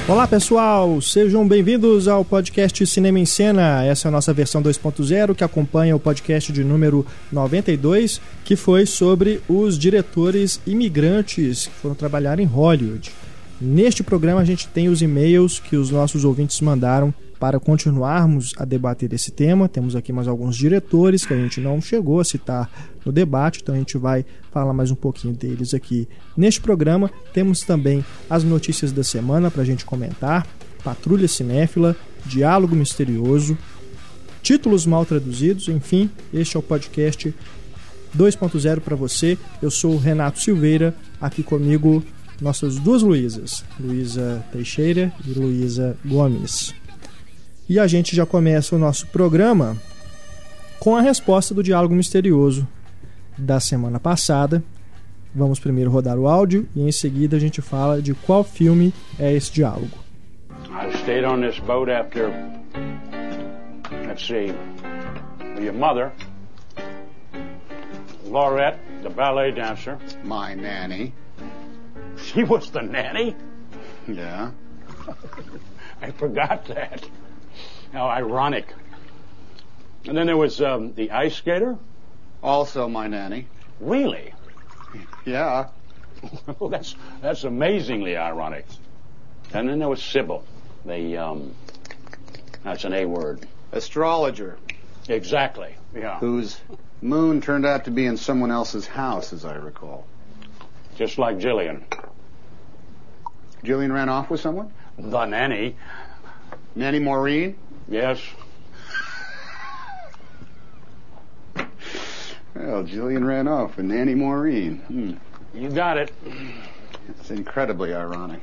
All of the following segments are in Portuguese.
Olá pessoal, sejam bem-vindos ao podcast Cinema em Cena. Essa é a nossa versão 2.0 que acompanha o podcast de número 92, que foi sobre os diretores imigrantes que foram trabalhar em Hollywood. Neste programa a gente tem os e-mails que os nossos ouvintes mandaram para continuarmos a debater esse tema. Temos aqui mais alguns diretores que a gente não chegou a citar no debate, então a gente vai falar mais um pouquinho deles aqui neste programa. Temos também as notícias da semana para a gente comentar, Patrulha Cinéfila, Diálogo Misterioso, títulos mal traduzidos, enfim, este é o podcast 2.0 para você. Eu sou o Renato Silveira, aqui comigo nossas duas Luísas, Luísa Teixeira e Luísa Gomes. E a gente já começa o nosso programa com a resposta do Diálogo Misterioso da semana passada. Vamos primeiro rodar o áudio e em seguida a gente fala de qual filme é esse diálogo. I stayed on this boat after, let's see, your mother, Laurette, the ballet dancer. My nanny. She was the nanny? Yeah. I forgot that. How ironic. And then there was the ice skater. Also my nanny. Really? Yeah. Well, that's amazingly ironic. And then there was Sybil, that's an A word. Astrologer. Exactly, yeah. Whose moon turned out to be in someone else's house, as I recall. Just like Jillian. Jillian ran off with someone? The nanny. Nanny Maureen? Yes. Well, Jillian ran off with Nanny Maureen. You got it. It's incredibly ironic.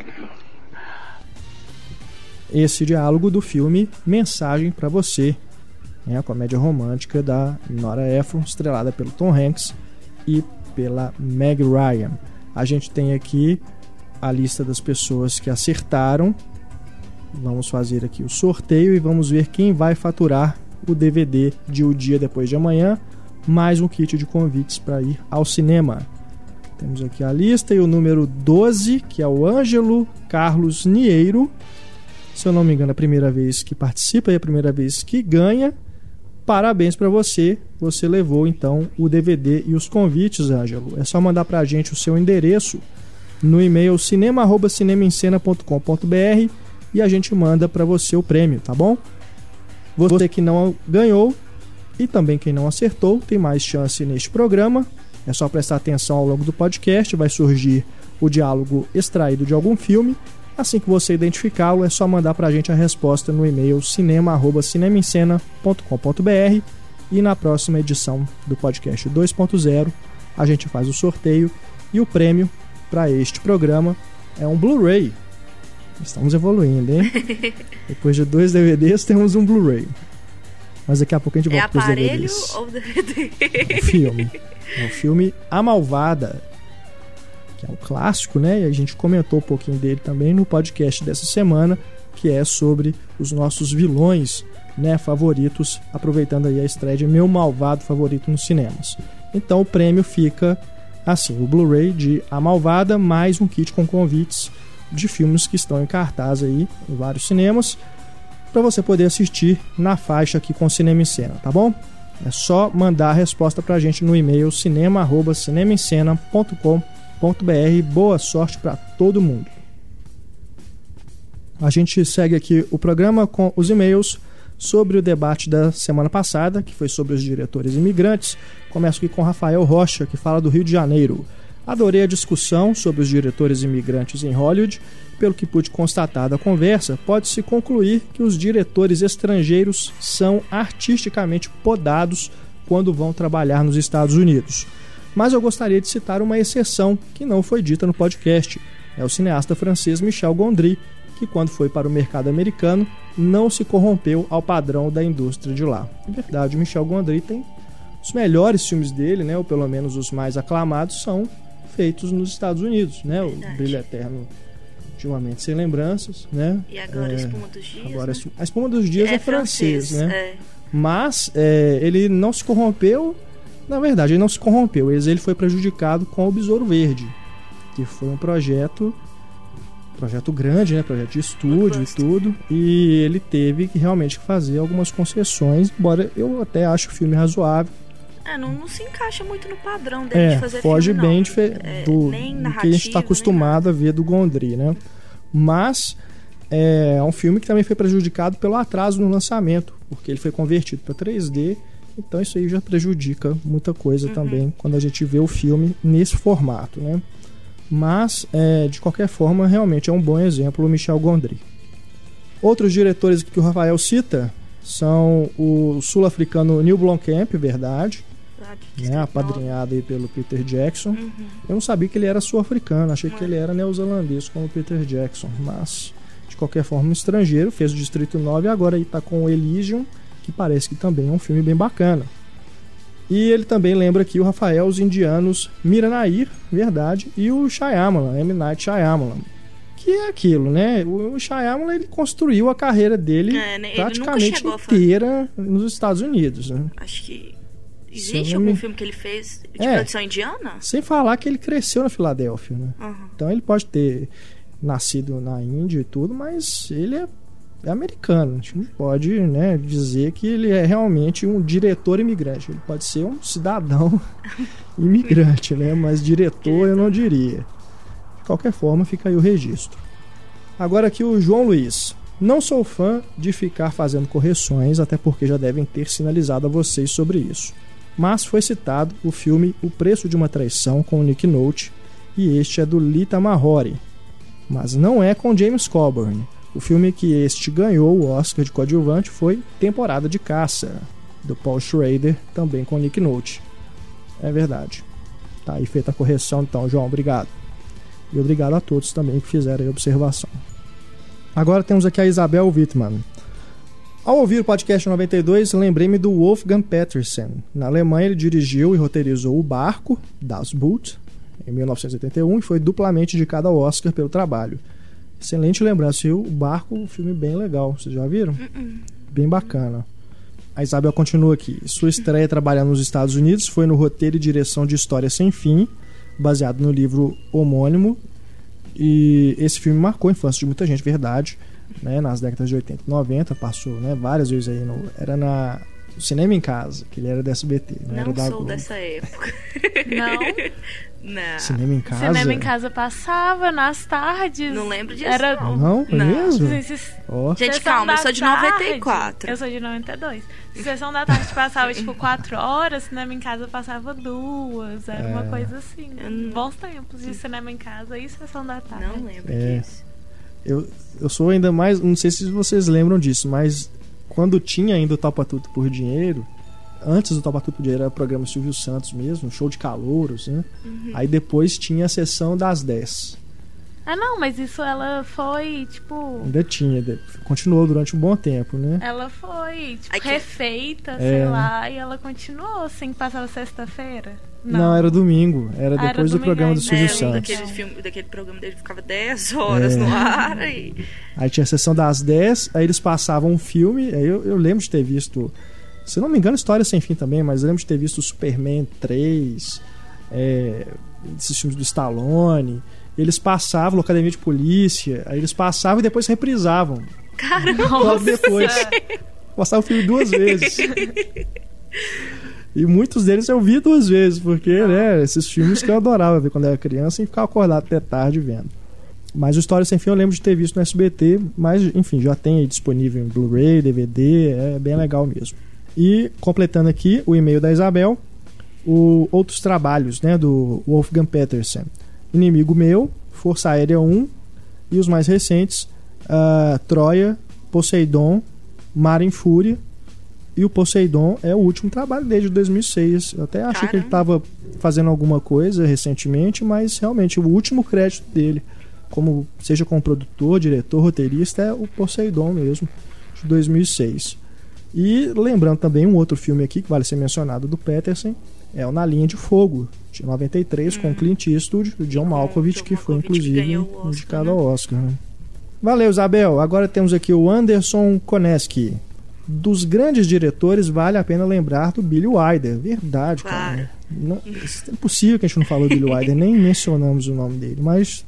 Esse diálogo do filme Mensagem pra Você, a comédia romântica da Nora Ephron, estrelada pelo Tom Hanks e pela Meg Ryan. A gente tem aqui a lista das pessoas que acertaram. Vamos fazer aqui o sorteio e vamos ver quem vai faturar o DVD de O Dia Depois de Amanhã, mais um kit de convites para ir ao cinema. Temos aqui a lista e o número 12, que é o Ângelo Carlos Nieiro. Se eu não me engano, é a primeira vez que participa e a primeira vez que ganha. Parabéns para você. Você levou então o DVD e os convites, Ângelo. É só mandar para a gente o seu endereço no e-mail cinema@cinemaencena.com.br e a gente manda para você o prêmio, tá bom? Você que não ganhou e também quem não acertou tem mais chance neste programa. É só prestar atenção ao longo do podcast, vai surgir o diálogo extraído de algum filme. Assim que você identificá-lo, é só mandar para a gente a resposta no e-mail cinema@cinemaencena.com.br e na próxima edição do podcast 2.0 a gente faz o sorteio e o prêmio para este programa é um Blu-ray. Estamos evoluindo, hein? Depois de 2 DVDs temos um Blu-ray. Mas daqui a pouco a gente volta para os DVDs. Ou DVD? É um filme. É o filme A Malvada, que é um clássico, né? E a gente comentou um pouquinho dele também no podcast dessa semana, que é sobre os nossos vilões, né, favoritos, aproveitando aí a estreia de Meu Malvado Favorito nos cinemas. Então o prêmio fica assim, o Blu-ray de A Malvada, mais um kit com convites de filmes que estão em cartaz aí em vários cinemas, para você poder assistir na faixa aqui com Cinema em Cena, tá bom? É só mandar a resposta pra gente no e-mail cinema@cinemaencena.com.br. Boa sorte para todo mundo. A gente segue aqui o programa com os e-mails sobre o debate da semana passada, que foi sobre os diretores imigrantes. Começo aqui com Rafael Rocha, que fala do Rio de Janeiro. Adorei a discussão sobre os diretores imigrantes em Hollywood. Pelo que pude constatar da conversa, pode-se concluir que os diretores estrangeiros são artisticamente podados quando vão trabalhar nos Estados Unidos. Mas eu gostaria de citar uma exceção que não foi dita no podcast. É o cineasta francês Michel Gondry, que quando foi para o mercado americano não se corrompeu ao padrão da indústria de lá. É verdade, o Michel Gondry tem os melhores filmes dele, né, ou pelo menos os mais aclamados, são feitos nos Estados Unidos, né? O Brilho Eterno de Uma Mente Sem Lembranças, né? E agora a Espuma dos Dias. Agora, né? A Espuma dos Dias é francês, né? É. Mas ele não se corrompeu. Na verdade, ele não se corrompeu. Ele foi prejudicado com o Besouro Verde, que foi um projeto projeto grande, né? Projeto de estúdio e tudo. E ele teve que realmente fazer algumas concessões, embora eu até ache o filme razoável. Não se encaixa muito no padrão dele de fazer foge filme, bem do que a gente está acostumado a ver do Gondry, né? Mas é um filme que também foi prejudicado pelo atraso no lançamento, porque ele foi convertido para 3D, então isso aí já prejudica muita coisa também quando a gente vê o filme nesse formato, né? Mas, de qualquer forma, realmente é um bom exemplo o Michel Gondry. Outros diretores que o Rafael cita são o sul-africano Neil Blomkamp, verdade, né, apadrinhado aí pelo Peter Jackson. Eu não sabia que ele era sul-africano, achei que ele era neozelandês como Peter Jackson, mas de qualquer forma um estrangeiro, fez o Distrito 9 e agora está com o Elysium, que parece que também é um filme bem bacana. E ele também lembra aqui o Rafael, os indianos Mira Nair, verdade, e o Shyamalan, M. Night Shyamalan, que é aquilo, né? O Shyamalan, ele construiu a carreira dele praticamente inteira nos Estados Unidos, né? Acho que existe algum filme que ele fez de produção indiana? Sem falar que ele cresceu na Filadélfia, né? Então ele pode ter nascido na Índia e tudo, mas ele é americano. A gente não pode, né, dizer que ele é realmente um diretor imigrante. Ele pode ser um cidadão imigrante, né? Mas diretor eu não diria. De qualquer forma, fica aí o registro. Agora aqui o João Luiz. Não sou fã de ficar fazendo correções, até porque já devem ter sinalizado a vocês sobre isso. Mas foi citado o filme O Preço de uma Traição com o Nick Nolte, e este é do Lita Mahori. Mas não é com James Coburn. O filme que este ganhou o Oscar de coadjuvante foi Temporada de Caça, do Paul Schrader, também com Nick Nolte. É verdade. Tá aí feita a correção então, João, obrigado. E obrigado a todos também que fizeram a observação. Agora temos aqui a Isabel Wittmann. Ao ouvir o podcast 92, lembrei-me do Wolfgang Petersen. Na Alemanha ele dirigiu e roteirizou O Barco, Das Boot, em 1981, e foi duplamente indicado ao Oscar pelo trabalho. Excelente lembrança. E O Barco, um filme bem legal. Vocês já viram? Bem bacana. A Isabel continua aqui. Sua estreia trabalhando nos Estados Unidos foi no roteiro e direção de História Sem Fim, baseado no livro homônimo. E esse filme marcou a infância de muita gente, verdade. Né? Nas décadas de 80 e 90, passou, né, várias vezes aí. Era na Cinema em Casa, que ele era da SBT. Não era da sou Globo. dessa época. Não. Cinema em Casa? Cinema em Casa passava nas tardes. Não lembro disso. Não, mesmo? Gente, calma, eu sou de 94. Eu sou de 92. Sessão da tarde passava tipo 4 horas, Cinema em Casa passava 2. Era uma coisa assim. Bons tempos de Cinema em Casa e Sessão da Tarde. Não lembro disso. Eu sou ainda mais... Não sei se vocês lembram disso, mas quando tinha ainda o Topa Tudo por Dinheiro, antes do Topa Tudo por Dinheiro era o programa Silvio Santos mesmo, show de calouros, né? Aí depois tinha a sessão das 10. Não, mas isso ela foi, tipo... Ainda tinha, continuou durante um bom tempo, né? Ela foi, tipo, refeita, sei lá, e ela continuou assim, passava sexta-feira. Não, era domingo, era depois do programa do Silvio Santos. Daquele programa dele ficava 10 horas no ar. Aí tinha a sessão das 10, aí eles passavam um filme, aí eu lembro de ter visto, se não me engano, História Sem Fim também, mas eu lembro de ter visto Superman 3, esses filmes do Stallone. Eles passavam, Academia de Polícia, aí eles passavam e depois reprisavam. Caramba! Depois. Passavam o filme 2 vezes. E muitos deles eu vi 2 vezes, porque, né, esses filmes que eu adorava ver quando era criança e ficava acordado até tarde vendo. Mas o História Sem Fim eu lembro de ter visto no SBT, mas, enfim, já tem aí disponível em Blu-ray, DVD, é bem legal mesmo. E, completando aqui o e-mail da Isabel, outros trabalhos, né, do Wolfgang Petersen. Inimigo Meu, Força Aérea 1 e os mais recentes, Troia, Poseidon, Mar em Fúria. E o Poseidon é o último trabalho dele, de 2006. Eu até achei que ele estava fazendo alguma coisa recentemente, mas realmente o último crédito dele, seja como produtor, diretor, roteirista, é o Poseidon mesmo, de 2006. E lembrando também um outro filme aqui que vale ser mencionado do Petersen, é o Na Linha de Fogo, de 93, com Clint Eastwood e John Malkovich, que foi inclusive indicado ao Oscar. Né? Valeu, Isabel. Agora temos aqui o Anderson Koneski. Dos grandes diretores, vale a pena lembrar do Billy Wilder. Verdade, cara. É impossível que a gente não falou do Billy Wilder, nem mencionamos o nome dele, mas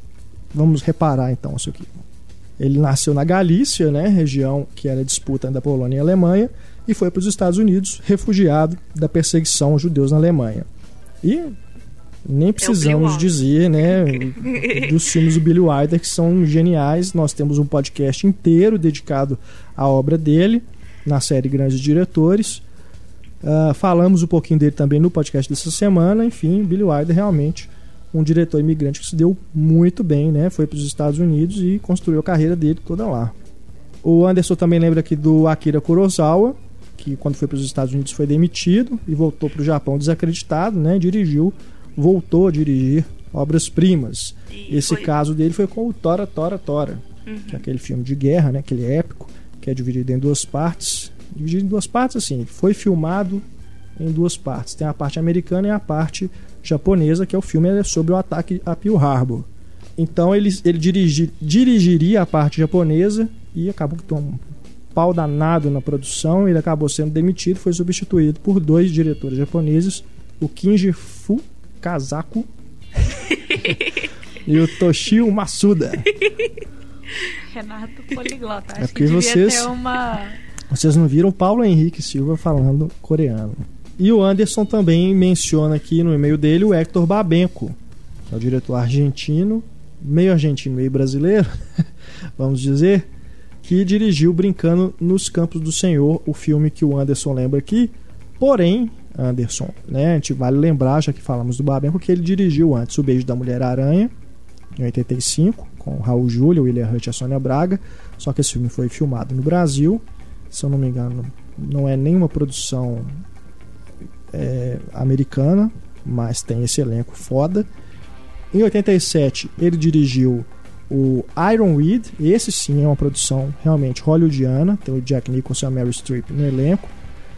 Vamos reparar então isso aqui. Ele nasceu na Galícia, né, região que era disputa da Polônia e Alemanha, e foi para os Estados Unidos refugiado da perseguição aos judeus na Alemanha. E nem precisamos dizer, né, dos filmes do Billy Wilder, que são geniais. Nós temos um podcast inteiro dedicado à obra dele, na série Grandes Diretores. Falamos um pouquinho dele também no podcast dessa semana. Enfim, Billy Wilder realmente um diretor imigrante que se deu muito bem, né? Foi para os Estados Unidos e construiu a carreira dele toda lá. O Anderson também lembra aqui do Akira Kurosawa, que quando foi para os Estados Unidos foi demitido e voltou para o Japão desacreditado, né? Voltou a dirigir obras-primas. Esse caso dele foi com o Tora, que é aquele filme de guerra, né? Aquele épico, que é dividido em duas partes. Dividido em duas partes, assim, foi filmado em duas partes. Tem a parte americana e a parte japonesa, que é o filme sobre o ataque a Pearl Harbor. Então ele dirigiria a parte japonesa e acabou que tomou um pau danado na produção. Ele acabou sendo demitido, foi substituído por 2 diretores japoneses, o Kinji Fukasaku e o Toshio Masuda. Renato poliglota. É porque vocês não viram Paulo Henrique Silva falando coreano. E o Anderson também menciona aqui no e-mail dele o Hector Babenco, que é o diretor argentino, meio brasileiro, vamos dizer, que dirigiu Brincando nos Campos do Senhor, o filme que o Anderson lembra aqui. Porém, Anderson, né, a gente vale lembrar, já que falamos do Babenco, que ele dirigiu antes O Beijo da Mulher-Aranha, em 85, com o Raul Júlia, o William Hurt e a Sônia Braga. Só que esse filme foi filmado no Brasil, se eu não me engano, não é nenhuma produção americana, mas tem esse elenco foda. Em 87 ele dirigiu o Iron Weed, esse sim é uma produção realmente hollywoodiana, tem o Jack Nicholson e a Meryl Streep no elenco.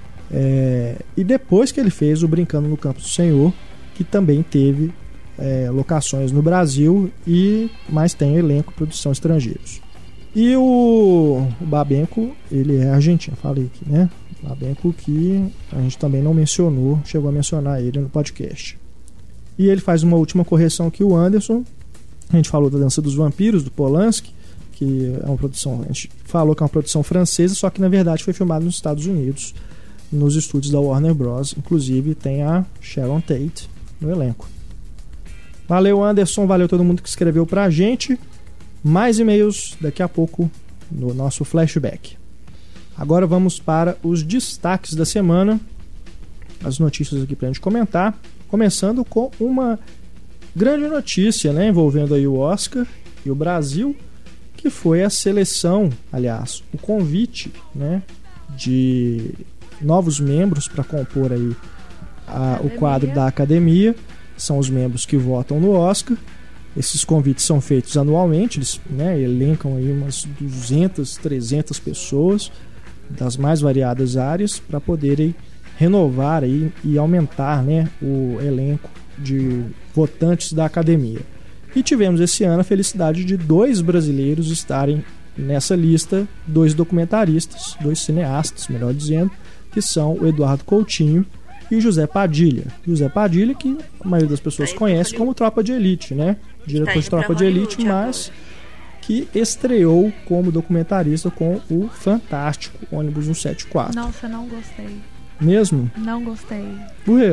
E depois que ele fez o Brincando no Campo do Senhor, que também teve locações no Brasil, mas tem elenco, produção estrangeiros. E o Babenco, ele é argentino, falei aqui, né? Babenco, que a gente também não mencionou, chegou a mencionar ele no podcast. E ele faz uma última correção aqui, o Anderson. A gente falou da Dança dos Vampiros, do Polanski, que é uma produção, a gente falou que é uma produção francesa, só que na verdade foi filmado nos Estados Unidos, nos estúdios da Warner Bros. Inclusive tem a Sharon Tate no elenco. Valeu, Anderson, valeu todo mundo que escreveu pra gente. Mais e-mails daqui a pouco no nosso flashback. Agora vamos para os destaques da semana, as notícias aqui pra gente comentar, começando com uma grande notícia, né, envolvendo aí o Oscar e o Brasil, que foi a seleção, aliás, o convite, né, de novos membros para compor aí o quadro da Academia. São os membros que votam no Oscar. Esses convites são feitos anualmente, eles, né, elencam aí umas 200, 300 pessoas das mais variadas áreas para poderem renovar aí e aumentar, né, o elenco de votantes da Academia. E tivemos esse ano a felicidade de 2 brasileiros estarem nessa lista, 2 documentaristas, 2 cineastas, melhor dizendo, que são o Eduardo Coutinho e o José Padilha. José Padilha, que a maioria das pessoas conhece como Tropa de Elite, né? Diretor de Tropa de Elite, mas que estreou como documentarista com o fantástico Ônibus 174. Nossa, não gostei. Mesmo? Não gostei. Por quê?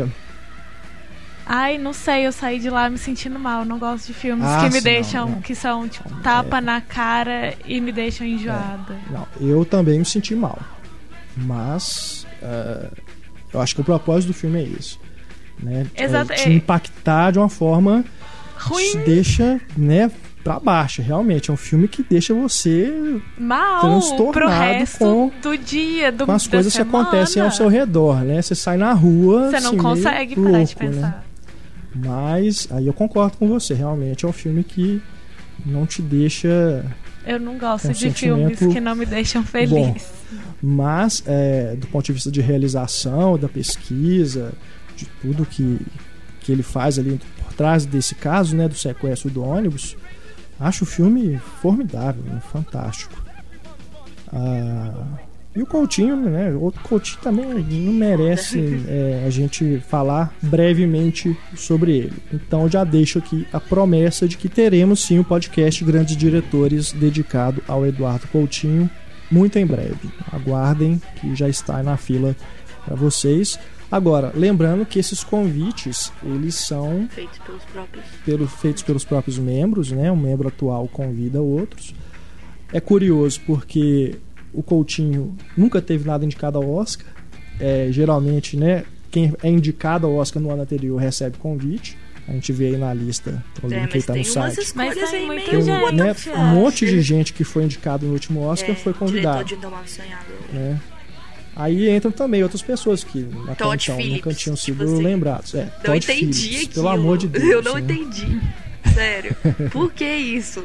Ai, não sei, eu saí de lá me sentindo mal. Eu não gosto de filmes que me deixam, que são tipo tapa na cara e me deixam enjoada. Não, eu também me senti mal. Mas eu acho que o propósito do filme é isso, né? Exato. Te impactar de uma forma ruim, te deixa, né, pra baixo. Realmente é um filme que deixa você mal transtornado pro resto do dia, com as coisas que acontecem ao seu redor, né? Você sai na rua, você não assim, consegue parar louco, de pensar, né? Mas aí eu concordo com você, realmente é um filme que não te deixa... Eu não gosto de filmes que não me deixam feliz. Bom, mas do ponto de vista de realização, da pesquisa, de tudo que ele faz ali por trás desse caso, né, do sequestro do ônibus, acho o filme formidável, né, fantástico. E o Coutinho, né? O Coutinho também não merece a gente falar brevemente sobre ele. Então já deixo aqui a promessa de que teremos sim um podcast Grandes Diretores dedicado ao Eduardo Coutinho muito em breve. Aguardem, que já está na fila para vocês. Agora, lembrando que esses convites, eles são feitos pelos próprios membros, né? Um membro atual convida outros. É curioso porque o Coutinho nunca teve nada indicado ao Oscar. Geralmente, né, quem é indicado ao Oscar no ano anterior recebe convite. A gente vê aí na lista, quem está no site. Mas tem muita gente, né, um monte de gente gente que foi indicado no último Oscar foi convidado. Né? Aí entram também outras pessoas que até então nunca tinham sido lembrados. Não entendi aquilo. Pelo amor de Deus. Eu não entendi. Sério. Por que isso?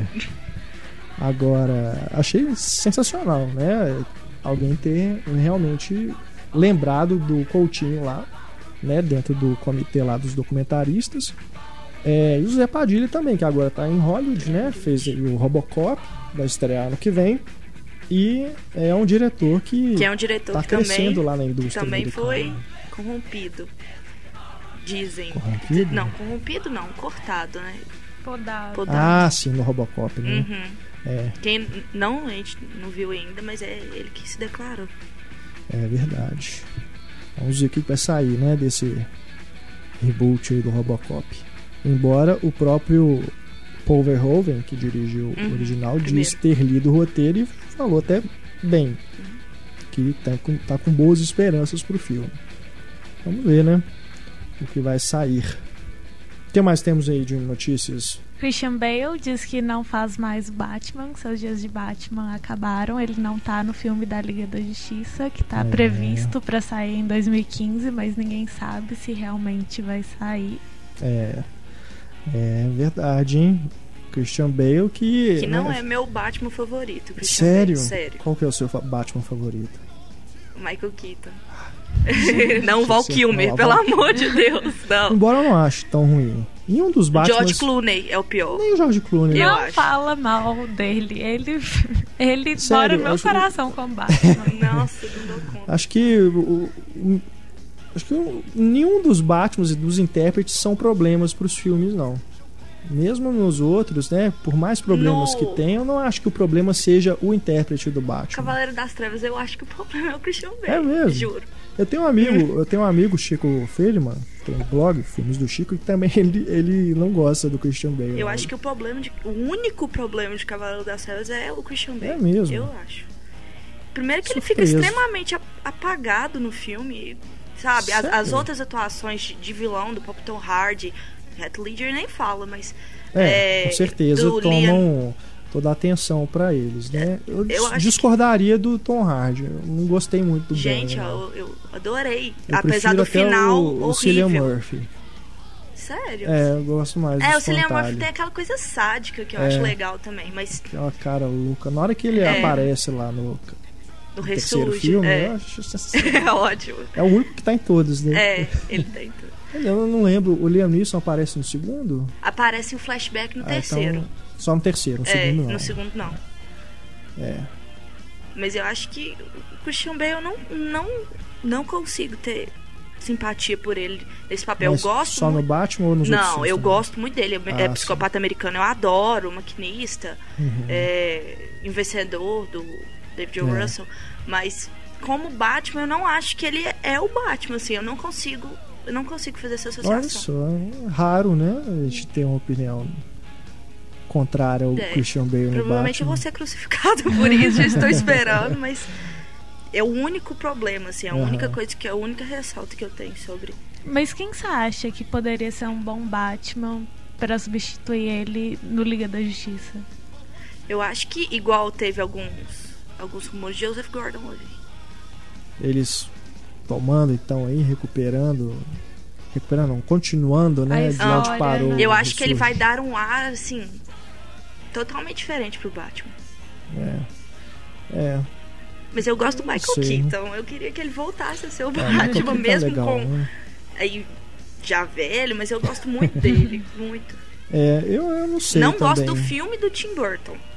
Agora, achei sensacional, né? Alguém ter realmente lembrado do Coutinho lá, né? Dentro do comitê lá dos documentaristas. E o Zé Padilha também, que agora tá em Hollywood, né? Fez o Robocop, vai estrear ano que vem. E é um diretor que é um diretor tá que crescendo também, lá na indústria também americana. Foi corrompido. Dizem. Corrompido? Não, corrompido não, cortado, né? Podado. Ah, sim, no Robocop, né? Quem não, a gente não viu ainda, mas é ele que se declarou. É verdade. Vamos ver o que vai sair, né, desse reboot aí do Robocop. Embora o próprio Paul Verhoeven, que dirigiu o original, disse ter lido o roteiro e falou até bem que tá com boas esperanças pro filme. Vamos ver, né, o que vai sair. O que mais temos aí de notícias? Christian Bale diz que não faz mais Batman, seus dias de Batman acabaram. Ele não tá no filme da Liga da Justiça, que tá previsto para sair em 2015, mas ninguém sabe se realmente vai sair. É verdade, hein? Christian Bale que não é meu Batman favorito. Sério? Sério? Qual que é o seu Batman favorito? Michael Keaton. Não Val Kilmer, pelo amor de Deus, não. Embora eu não ache tão ruim. E um dos Batman. George Clooney é o pior. Nem o George Clooney. Não fala mal dele. Ele mora no meu coração como Batman. Nossa, não dou conta. Acho que nenhum dos Batmans e dos intérpretes são problemas pros filmes, não. Mesmo nos outros, né? Por mais problemas que tem, eu não acho que o problema seja o intérprete do Batman. Cavaleiro das Trevas, eu acho que o problema é o Christian Bale. É mesmo? Juro. Eu tenho um amigo, Chico Feldman, tem um blog, Filmes do Chico, e também ele não gosta do Christian Bale. Eu acho que o único problema de Cavaleiro das Trevas é o Christian Bale. É mesmo? Eu acho. Primeiro que ele fica extremamente apagado no filme, sabe? As outras atuações de vilão do Tom Hardy, Heath Ledger nem fala, mas com certeza tomam toda a atenção pra eles, né? Eu discordaria do Tom Hardy. Eu não gostei muito do Gente, Ben, eu adorei. Eu apesar do final o Cillian Murphy. Sério? Eu gosto mais do o Cillian Murphy tem aquela coisa sádica que eu acho legal também, mas aquela cara louca. Na hora que ele aparece lá no terceiro filme, eu acho é ótimo. É o único que tá em todos, né? Ele tá em todos. Eu não lembro, o Liam Neeson aparece no segundo? Aparece um flashback no terceiro. Então, só no terceiro, no segundo não. No segundo não. Mas eu acho que o Christian Bale eu não consigo ter simpatia por ele nesse papel. Mas eu gosto só no Batman ou nos outros Não, filmes eu também? gosto muito dele. É psicopata americano, eu adoro. O Maquinista, Vencedor do David O. Russell. Mas como Batman, eu não acho que ele é o Batman, assim. Eu não consigo fazer essa associação. Olha só, é raro, né? A gente ter uma opinião contrária ao Christian Bale no Batman. Provavelmente eu vou ser crucificado por isso, eu estou esperando, mas é o único problema, assim, a única coisa a única ressalta que eu tenho sobre. Mas quem você acha que poderia ser um bom Batman para substituir ele no Liga da Justiça? Eu acho que igual teve alguns rumores de Joseph Gordon-Levitt. Eles tomando então aí, continuando, né, de onde parou. Eu acho que ele vai dar um ar assim totalmente diferente pro Batman. Mas eu gosto do Michael Keaton. Eu queria que ele voltasse a ser o Batman, mesmo legal, com né? Aí já velho, mas eu gosto muito dele, muito. Eu não sei. Não também. Gosto do filme do Tim Burton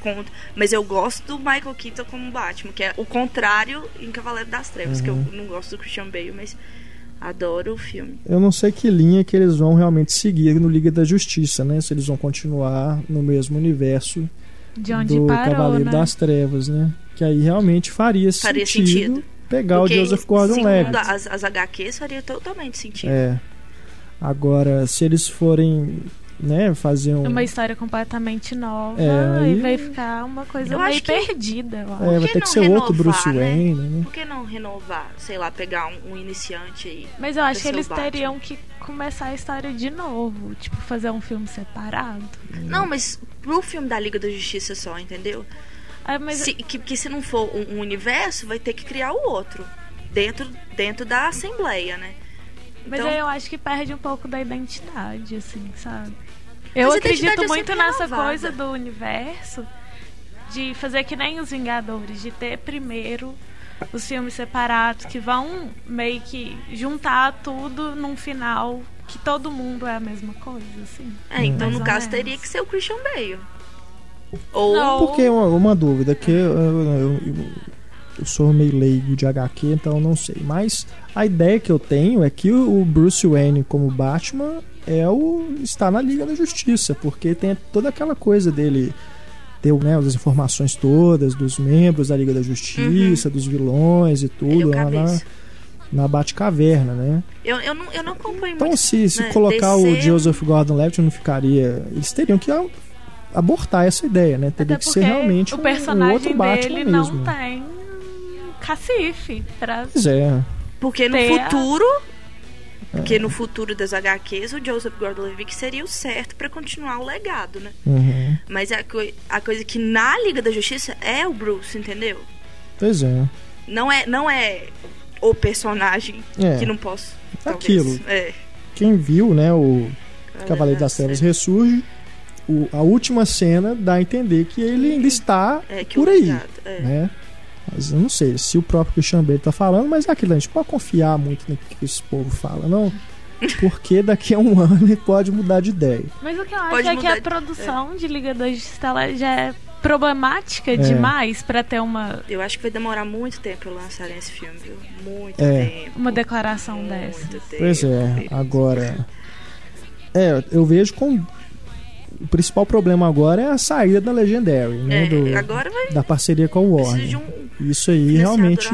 conta. Mas eu gosto do Michael Keaton como Batman, que é o contrário em Cavaleiro das Trevas, que eu não gosto do Christian Bale, mas adoro o filme. Eu não sei que linha que eles vão realmente seguir no Liga da Justiça, né? Se eles vão continuar no mesmo universo de onde do parou, Cavaleiro né? das Trevas, né? Que aí realmente faria sentido pegar porque, o Joseph Gordon-Levitt. As HQs faria totalmente sentido. Agora, se eles forem, né, fazer uma história completamente nova, e vai ficar uma coisa meio perdida. Vai ter que ser outro Bruce Wayne, né? Por que não renovar? Sei lá, pegar um iniciante aí. Mas eu acho que eles teriam que começar a história de novo, tipo, fazer um filme separado. Não, mas pro filme da Liga da Justiça só, entendeu? Porque se não for um universo, vai ter que criar o outro dentro da Assembleia, né? Mas aí eu acho que perde um pouco da identidade, assim, sabe? Eu acredito muito nessa coisa do universo, de fazer que nem os Vingadores, de ter primeiro os filmes separados que vão meio que juntar tudo num final que todo mundo é a mesma coisa, assim. Então no caso teria que ser o Christian Bale. Porque uma dúvida, que eu sou meio leigo de HQ, então eu não sei. Mas a ideia que eu tenho é que o Bruce Wayne como Batman está na Liga da Justiça, porque tem toda aquela coisa dele ter, né, as informações todas dos membros da Liga da Justiça, dos vilões e tudo lá na Batcaverna, né? Eu não acompanho então, muito. Então se colocar o Joseph Gordon-Levitt, não ficaria... Eles teriam que abortar essa ideia, né? Teria que ser realmente o personagem outro Batman dele mesmo. Não tem cacife pra porque no futuro das HQs o Joseph Gordon-Levitt seria o certo pra continuar o legado, né? Mas a coisa que na Liga da Justiça é o Bruce, entendeu? Pois é. Não é o personagem que não posso aquilo. Quem viu, né, o Cavaleiro das Trevas Ressurge, a última cena dá a entender que ele ainda está por aí, né? Mas eu não sei se o próprio Christian Bale tá falando, mas é aquilo, a gente pode confiar muito no que esse povo fala, não? Porque daqui a um ano ele pode mudar de ideia. Mas o que eu acho é que a produção de Liga da Justiça já é problemática demais pra ter uma... Eu acho que vai demorar muito tempo pra lançarem esse filme, viu? Muito tempo. Uma declaração dessa. Pois agora... eu vejo com... O principal problema agora é a saída da Legendary, né? Da parceria com o Warner. Isso aí realmente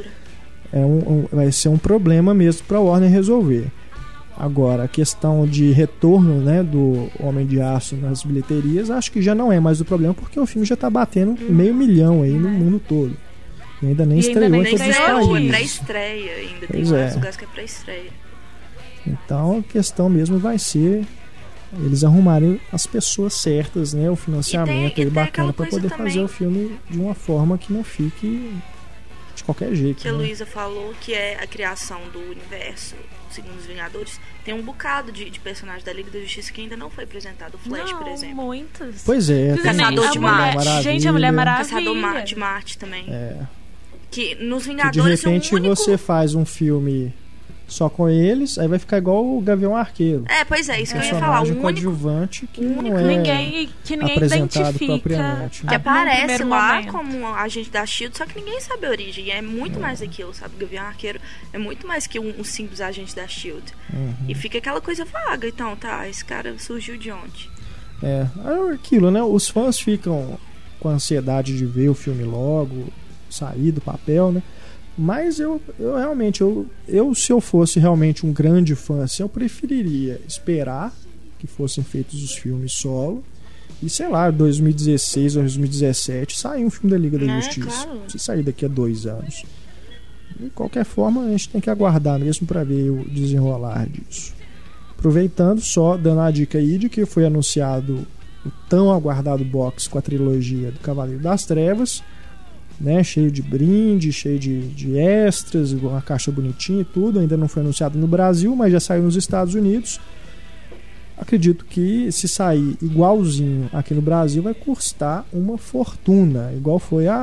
vai ser um problema mesmo para a Warner resolver. Agora, a questão de retorno, né, do Homem de Aço nas bilheterias, acho que já não é mais o problema, porque o filme já está batendo 500 mil aí no mundo todo. E ainda nem estreou em todos os países. É pré-estreia ainda. Tem vários lugares que é pré-estreia. Então a questão mesmo vai ser eles arrumarem as pessoas certas, né, o financiamento aí bacana para poder fazer o filme de uma forma que não fique de qualquer jeito. Que a Luísa falou que é a criação do universo, segundo os Vingadores, tem um bocado de personagens da Liga da Justiça que ainda não foi apresentado. O Flash, por exemplo. Muitos. Pois é. Caçador de Marte. Gente, a Mulher Maravilha. Caçador de Marte também. Que nos Vingadores que de repente você faz um filme só com eles, aí vai ficar igual o Gavião Arqueiro. Pois é, isso que eu ia falar. Um coadjuvante que não é ninguém apresentado identifica, propriamente. Que aparece lá como um agente da S.H.I.E.L.D., só que ninguém sabe a origem. E é muito mais aquilo, sabe? O Gavião Arqueiro é muito mais que um simples agente da S.H.I.E.L.D. E fica aquela coisa vaga. Então, esse cara surgiu de onde? É aquilo, né? Os fãs ficam com a ansiedade de ver o filme logo, sair do papel, né? Mas eu realmente, se eu fosse realmente um grande fã, assim, eu preferiria esperar que fossem feitos os filmes solo e, sei lá, 2016 ou 2017 sair um filme da Liga da Justiça. Claro. Se sair daqui a 2 anos. De qualquer forma, a gente tem que aguardar mesmo para ver o desenrolar disso. Aproveitando, só dando a dica aí de que foi anunciado o tão aguardado box com a trilogia do Cavaleiro das Trevas, né, cheio de brinde, cheio de extras, uma caixa bonitinha e tudo. Ainda não foi anunciado no Brasil, mas já saiu nos Estados Unidos. Acredito que se sair igualzinho aqui no Brasil vai custar uma fortuna, igual foi a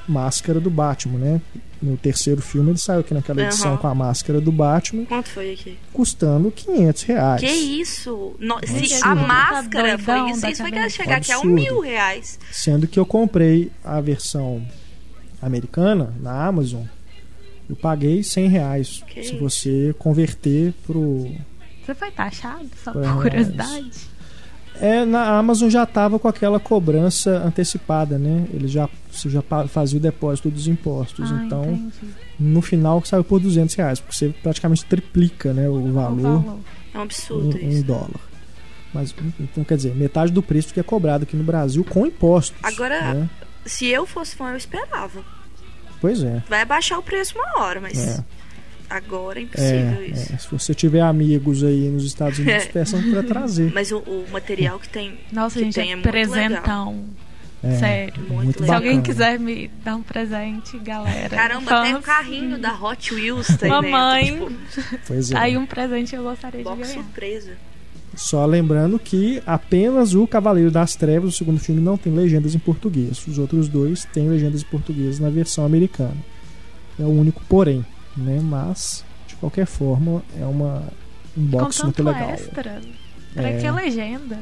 máscara do Batman, né? No terceiro filme ele saiu aqui naquela edição com a máscara do Batman. Quanto foi aqui? Custando R$500. Que isso? Se a máscara foi isso, isso vai chegar aqui a R$1.000. Sendo que eu comprei a versão americana na Amazon, eu paguei R$100. Se você converter pro... Você foi taxado? Só por curiosidade? Na Amazon já estava com aquela cobrança antecipada, né? Você já fazia o depósito dos impostos. Então, entendi. No final saiu por R$200, porque você praticamente triplica, né, o valor. É um absurdo isso. Em dólar. Mas, então, quer dizer, metade do preço que é cobrado aqui no Brasil com impostos. Agora, né? Se eu fosse fã, eu esperava. Pois é. Vai abaixar o preço uma hora, mas... Agora é impossível isso. Se você tiver amigos aí nos Estados Unidos, peçam para trazer. Mas o material que tem. Nossa, que gente, tem é presentão. Sério. Muito Se bacana. alguém quiser me dar um presente, galera. Caramba, até o carrinho da Hot Wheels tem mamãe. dentro. Tipo, pois é. Aí um presente eu gostaria de ganhar. Surpresa. Só lembrando que apenas o Cavaleiro das Trevas, o segundo filme, não tem legendas em português. Os outros dois têm legendas em português na versão americana. É o único porém. Né? Mas, de qualquer forma, é um box muito legal. Extra. Pra que legenda?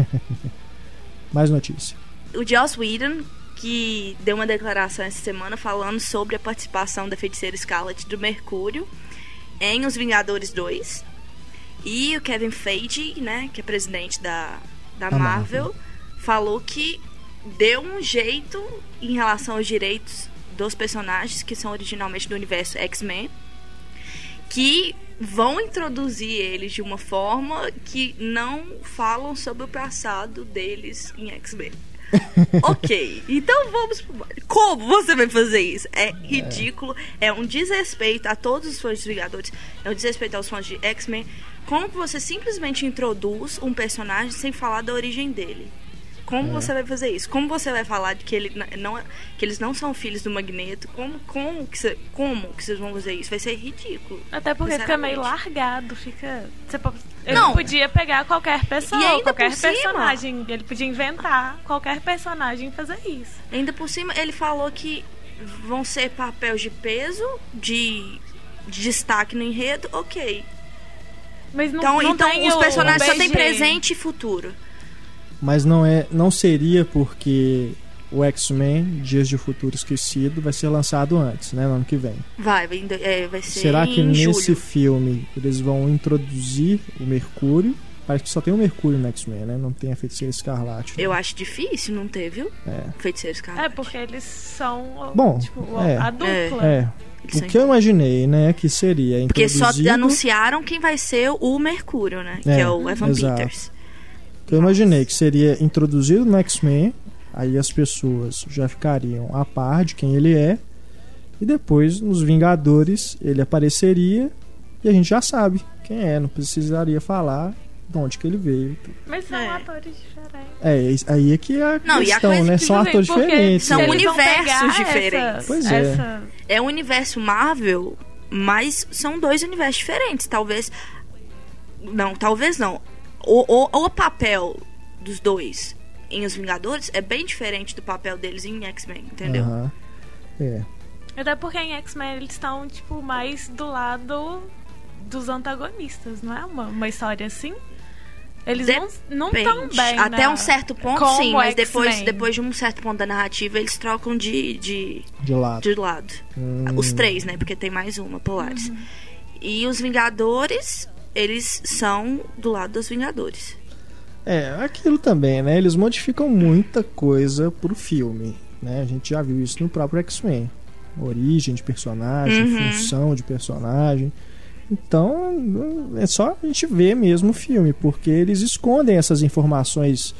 Mais notícia. O Joss Whedon, que deu uma declaração essa semana falando sobre a participação da Feiticeira Scarlet do Mercúrio em Os Vingadores 2. E o Kevin Feige, né, que é presidente da Marvel, falou que deu um jeito em relação aos direitos dos personagens que são originalmente do universo X-Men, que vão introduzir eles de uma forma que não falam sobre o passado deles em X-Men. Ok, então vamos pro... Como você vai fazer isso? É ridículo, é um desrespeito a todos os fãs dos Vingadores, é um desrespeito aos fãs de X-Men. Como que você simplesmente introduz um personagem sem falar da origem dele? Como você vai fazer isso? Como você vai falar de que eles não são filhos do Magneto? Como que vocês vão fazer isso? Vai ser ridículo. Até porque fica meio largado. Ele podia pegar qualquer pessoa, e ainda qualquer por cima, personagem. Ele podia inventar qualquer personagem e fazer isso. Ainda por cima, ele falou que vão ser papéis de peso, de destaque no enredo, ok. Mas não então os personagens só têm BG. presente e futuro. Mas não seria porque o X-Men Dias de Futuro Esquecido vai ser lançado antes, né, no ano que vem. Vai ser. Será que nesse julho. Filme eles vão introduzir o Mercúrio? Parece que só tem o Mercúrio no X-Men, né? Não tem a Feiticeira Escarlate. Eu acho difícil não ter, viu? Feiticeira Escarlate. Porque eles são a dupla. O que eu imaginei, né, que seria introduzido... Porque só anunciaram quem vai ser o Mercúrio, né? Que é o Evan Peters. Eu imaginei que seria introduzido no X-Men, aí as pessoas já ficariam a par de quem ele é, e depois nos Vingadores ele apareceria e a gente já sabe quem é, não precisaria falar de onde que ele veio. Mas são atores diferentes. Aí é que é a questão, né? São atores diferentes. São universos diferentes. Pois é. É um universo Marvel, mas são dois universos diferentes. Talvez não. O papel dos dois em Os Vingadores é bem diferente do papel deles em X-Men, entendeu? Até porque em X-Men eles estão, mais do lado dos antagonistas, não é uma história assim? Eles não estão bem. Até um certo ponto, sim, mas depois de um certo ponto da narrativa, eles trocam de lado. Os três, né? Porque tem mais uma, Polaris. E os Vingadores, eles são do lado dos Vingadores. Aquilo também, né? Eles modificam muita coisa pro filme, né? A gente já viu isso no próprio X-Men. Origem de personagem, função de personagem. Então, é só a gente ver mesmo o filme, porque eles escondem essas informações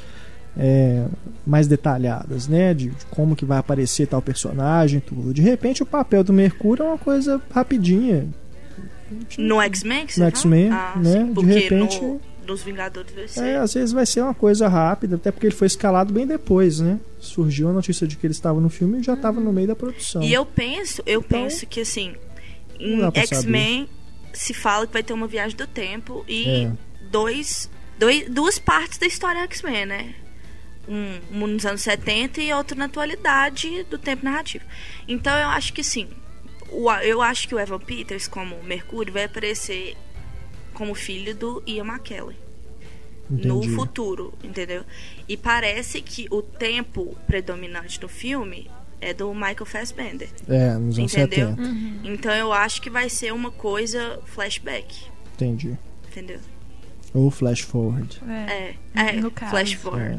mais detalhadas, né? De como que vai aparecer tal personagem, tudo. De repente, o papel do Mercúrio é uma coisa rapidinha. No X-Men? No X-Men, né? Sim, de repente... Nos Vingadores vai ser. Às vezes vai ser uma coisa rápida, até porque ele foi escalado bem depois, né? Surgiu a notícia de que ele estava no filme e já estava no meio da produção. E eu penso que, assim, em X-Men se fala que vai ter uma viagem do tempo e duas partes da história X-Men, né? nos anos 70 e outro na atualidade do tempo narrativo. Então eu acho que sim. Eu acho que o Evan Peters, como Mercúrio, vai aparecer como filho do Ian McKellen. Entendi. No futuro, entendeu? E parece que o tempo predominante do filme é do Michael Fassbender. Nos anos 70. Então eu acho que vai ser uma coisa flashback. Entendi. Entendeu? Ou flash forward. No caso. Flash forward.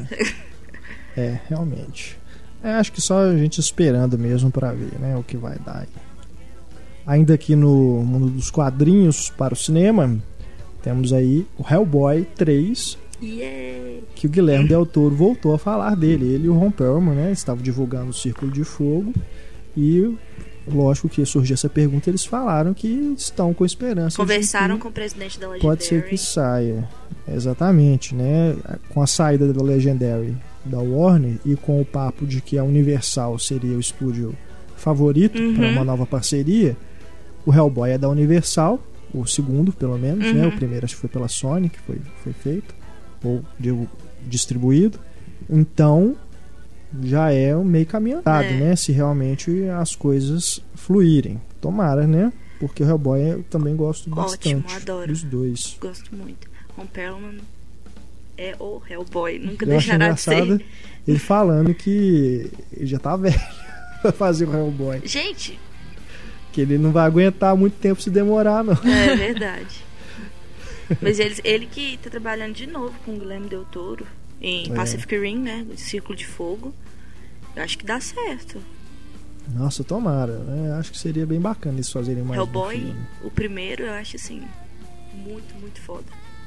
Realmente. Acho que só a gente esperando mesmo pra ver, né, o que vai dar aí. Ainda aqui no mundo dos quadrinhos para o cinema, temos aí o Hellboy 3, que o Guilherme Del Toro voltou a falar dele. Ele e o Ron Perlman, né, estavam divulgando o Círculo de Fogo e, lógico que surgiu essa pergunta, eles falaram que estão com esperança. Conversaram com o presidente da Legendary. Pode ser que saia, exatamente, né, com a saída da Legendary da Warner e com o papo de que a Universal seria o estúdio favorito para uma nova parceria. O Hellboy é da Universal, o segundo pelo menos, né? O primeiro acho que foi pela Sony que foi feito ou distribuído. Então já é um meio caminho andado, né? Se realmente as coisas fluírem. Tomara, né? Porque o Hellboy eu também gosto bastante. Adoro. Dos dois. Gosto muito. Ron Perlman é o Hellboy, nunca deixará de ser. Ele falando que ele já tá velho pra fazer o Hellboy. Gente, que ele não vai aguentar muito tempo se demorar, não. É verdade. Mas ele que tá trabalhando de novo com o Guilherme Del Toro em Pacific Rim, né? Círculo de Fogo. Eu acho que dá certo. Nossa, tomara, né? Acho que seria bem bacana eles fazerem mais Hellboy, o primeiro, eu acho assim, muito, muito foda.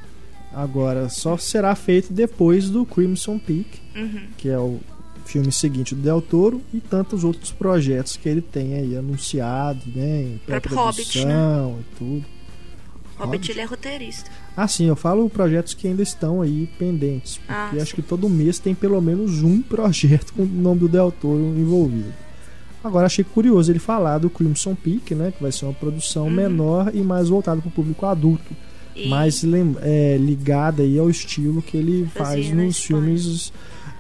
Agora, só será feito depois do Crimson Peak, que é o filme seguinte do Del Toro, e tantos outros projetos que ele tem aí anunciado, né, em pré-produção e tudo. Hobbit, ele é roteirista. Sim, eu falo projetos que ainda estão aí pendentes, porque acho que todo mês tem pelo menos um projeto com o nome do Del Toro envolvido. Agora, achei curioso ele falar do Crimson Peak, né, que vai ser uma produção menor e mais voltada para o público adulto, mais ligada aí ao estilo que ele faz nos filmes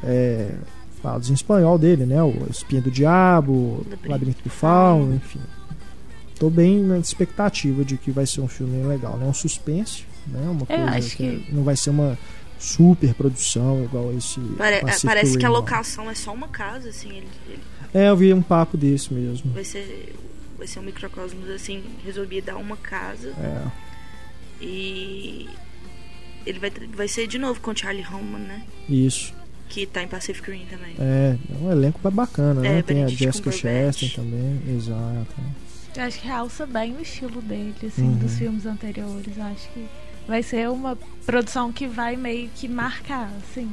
falados em espanhol dele, né? O Espinha do Diabo, o Labirinto do Fauno, enfim. Tô bem na expectativa de que vai ser um filme legal, né? Um suspense, né? Uma coisa que não vai ser uma super produção igual esse. Parece que a locação é só uma casa, assim. Eu vi um papo desse mesmo. Vai ser um microcosmos, assim, resolvi dar uma casa. E ele vai ser de novo com o Charlie Hunnam, né? Isso. Que tá em Pacific Rim também. É um elenco bacana, né? Tem a Jessica Chastain também, exato. Eu acho que realça bem o estilo dele, assim, dos filmes anteriores. Eu acho que vai ser uma produção que vai meio que marcar, assim,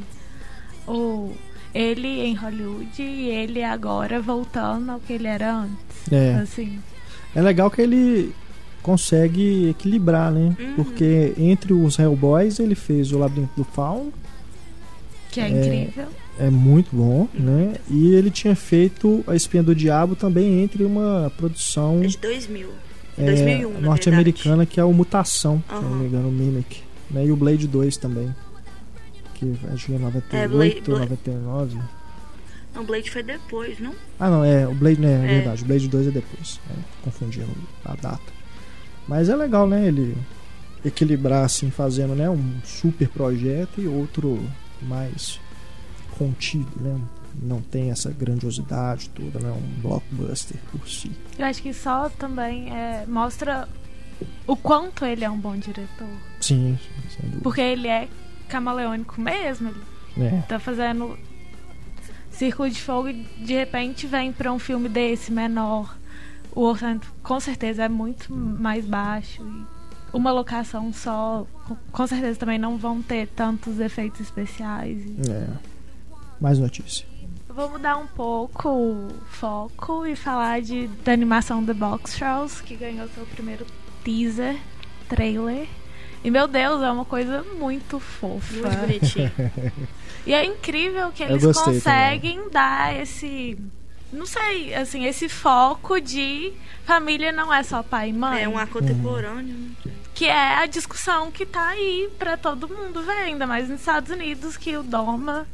ele em Hollywood e ele agora voltando ao que ele era antes. Assim. É legal que ele consegue equilibrar, né? Porque entre os Hellboys ele fez o Labirinto do Fauno, que é incrível. É muito bom, né? E ele tinha feito A Espinha do Diabo também entre uma produção... É de 2000. 2001, norte-americana, que é o Mutação, se não me engano, o Mimic. Né? E o Blade 2 também. Que acho que é 98 ou 99. Não, o Blade foi depois, não? O Blade, né? É verdade, o Blade 2 é depois. Confundindo a data. Mas é legal, né? Ele equilibrar, assim, fazendo, né, um super projeto e outro mais contido, né? Não tem essa grandiosidade toda, né? Um blockbuster por si. Eu acho que só também mostra o quanto ele é um bom diretor. Sim, sem dúvida. Porque ele é camaleônico mesmo. Ele tá fazendo Círculo de Fogo e de repente vem pra um filme desse menor. O orçamento com certeza é muito mais baixo e uma locação só, com certeza também não vão ter tantos efeitos especiais. Mais notícia. Vou mudar um pouco o foco e falar da animação The Boxtrolls, que ganhou seu primeiro teaser, trailer. E, meu Deus, é uma coisa muito fofa. Muito bonitinho. E é incrível que eles conseguem dar esse... Não sei, assim, esse foco de família não é só pai e mãe. É um ar contemporâneo. Que é a discussão que tá aí pra todo mundo ver, ainda mais nos Estados Unidos, que o Dogma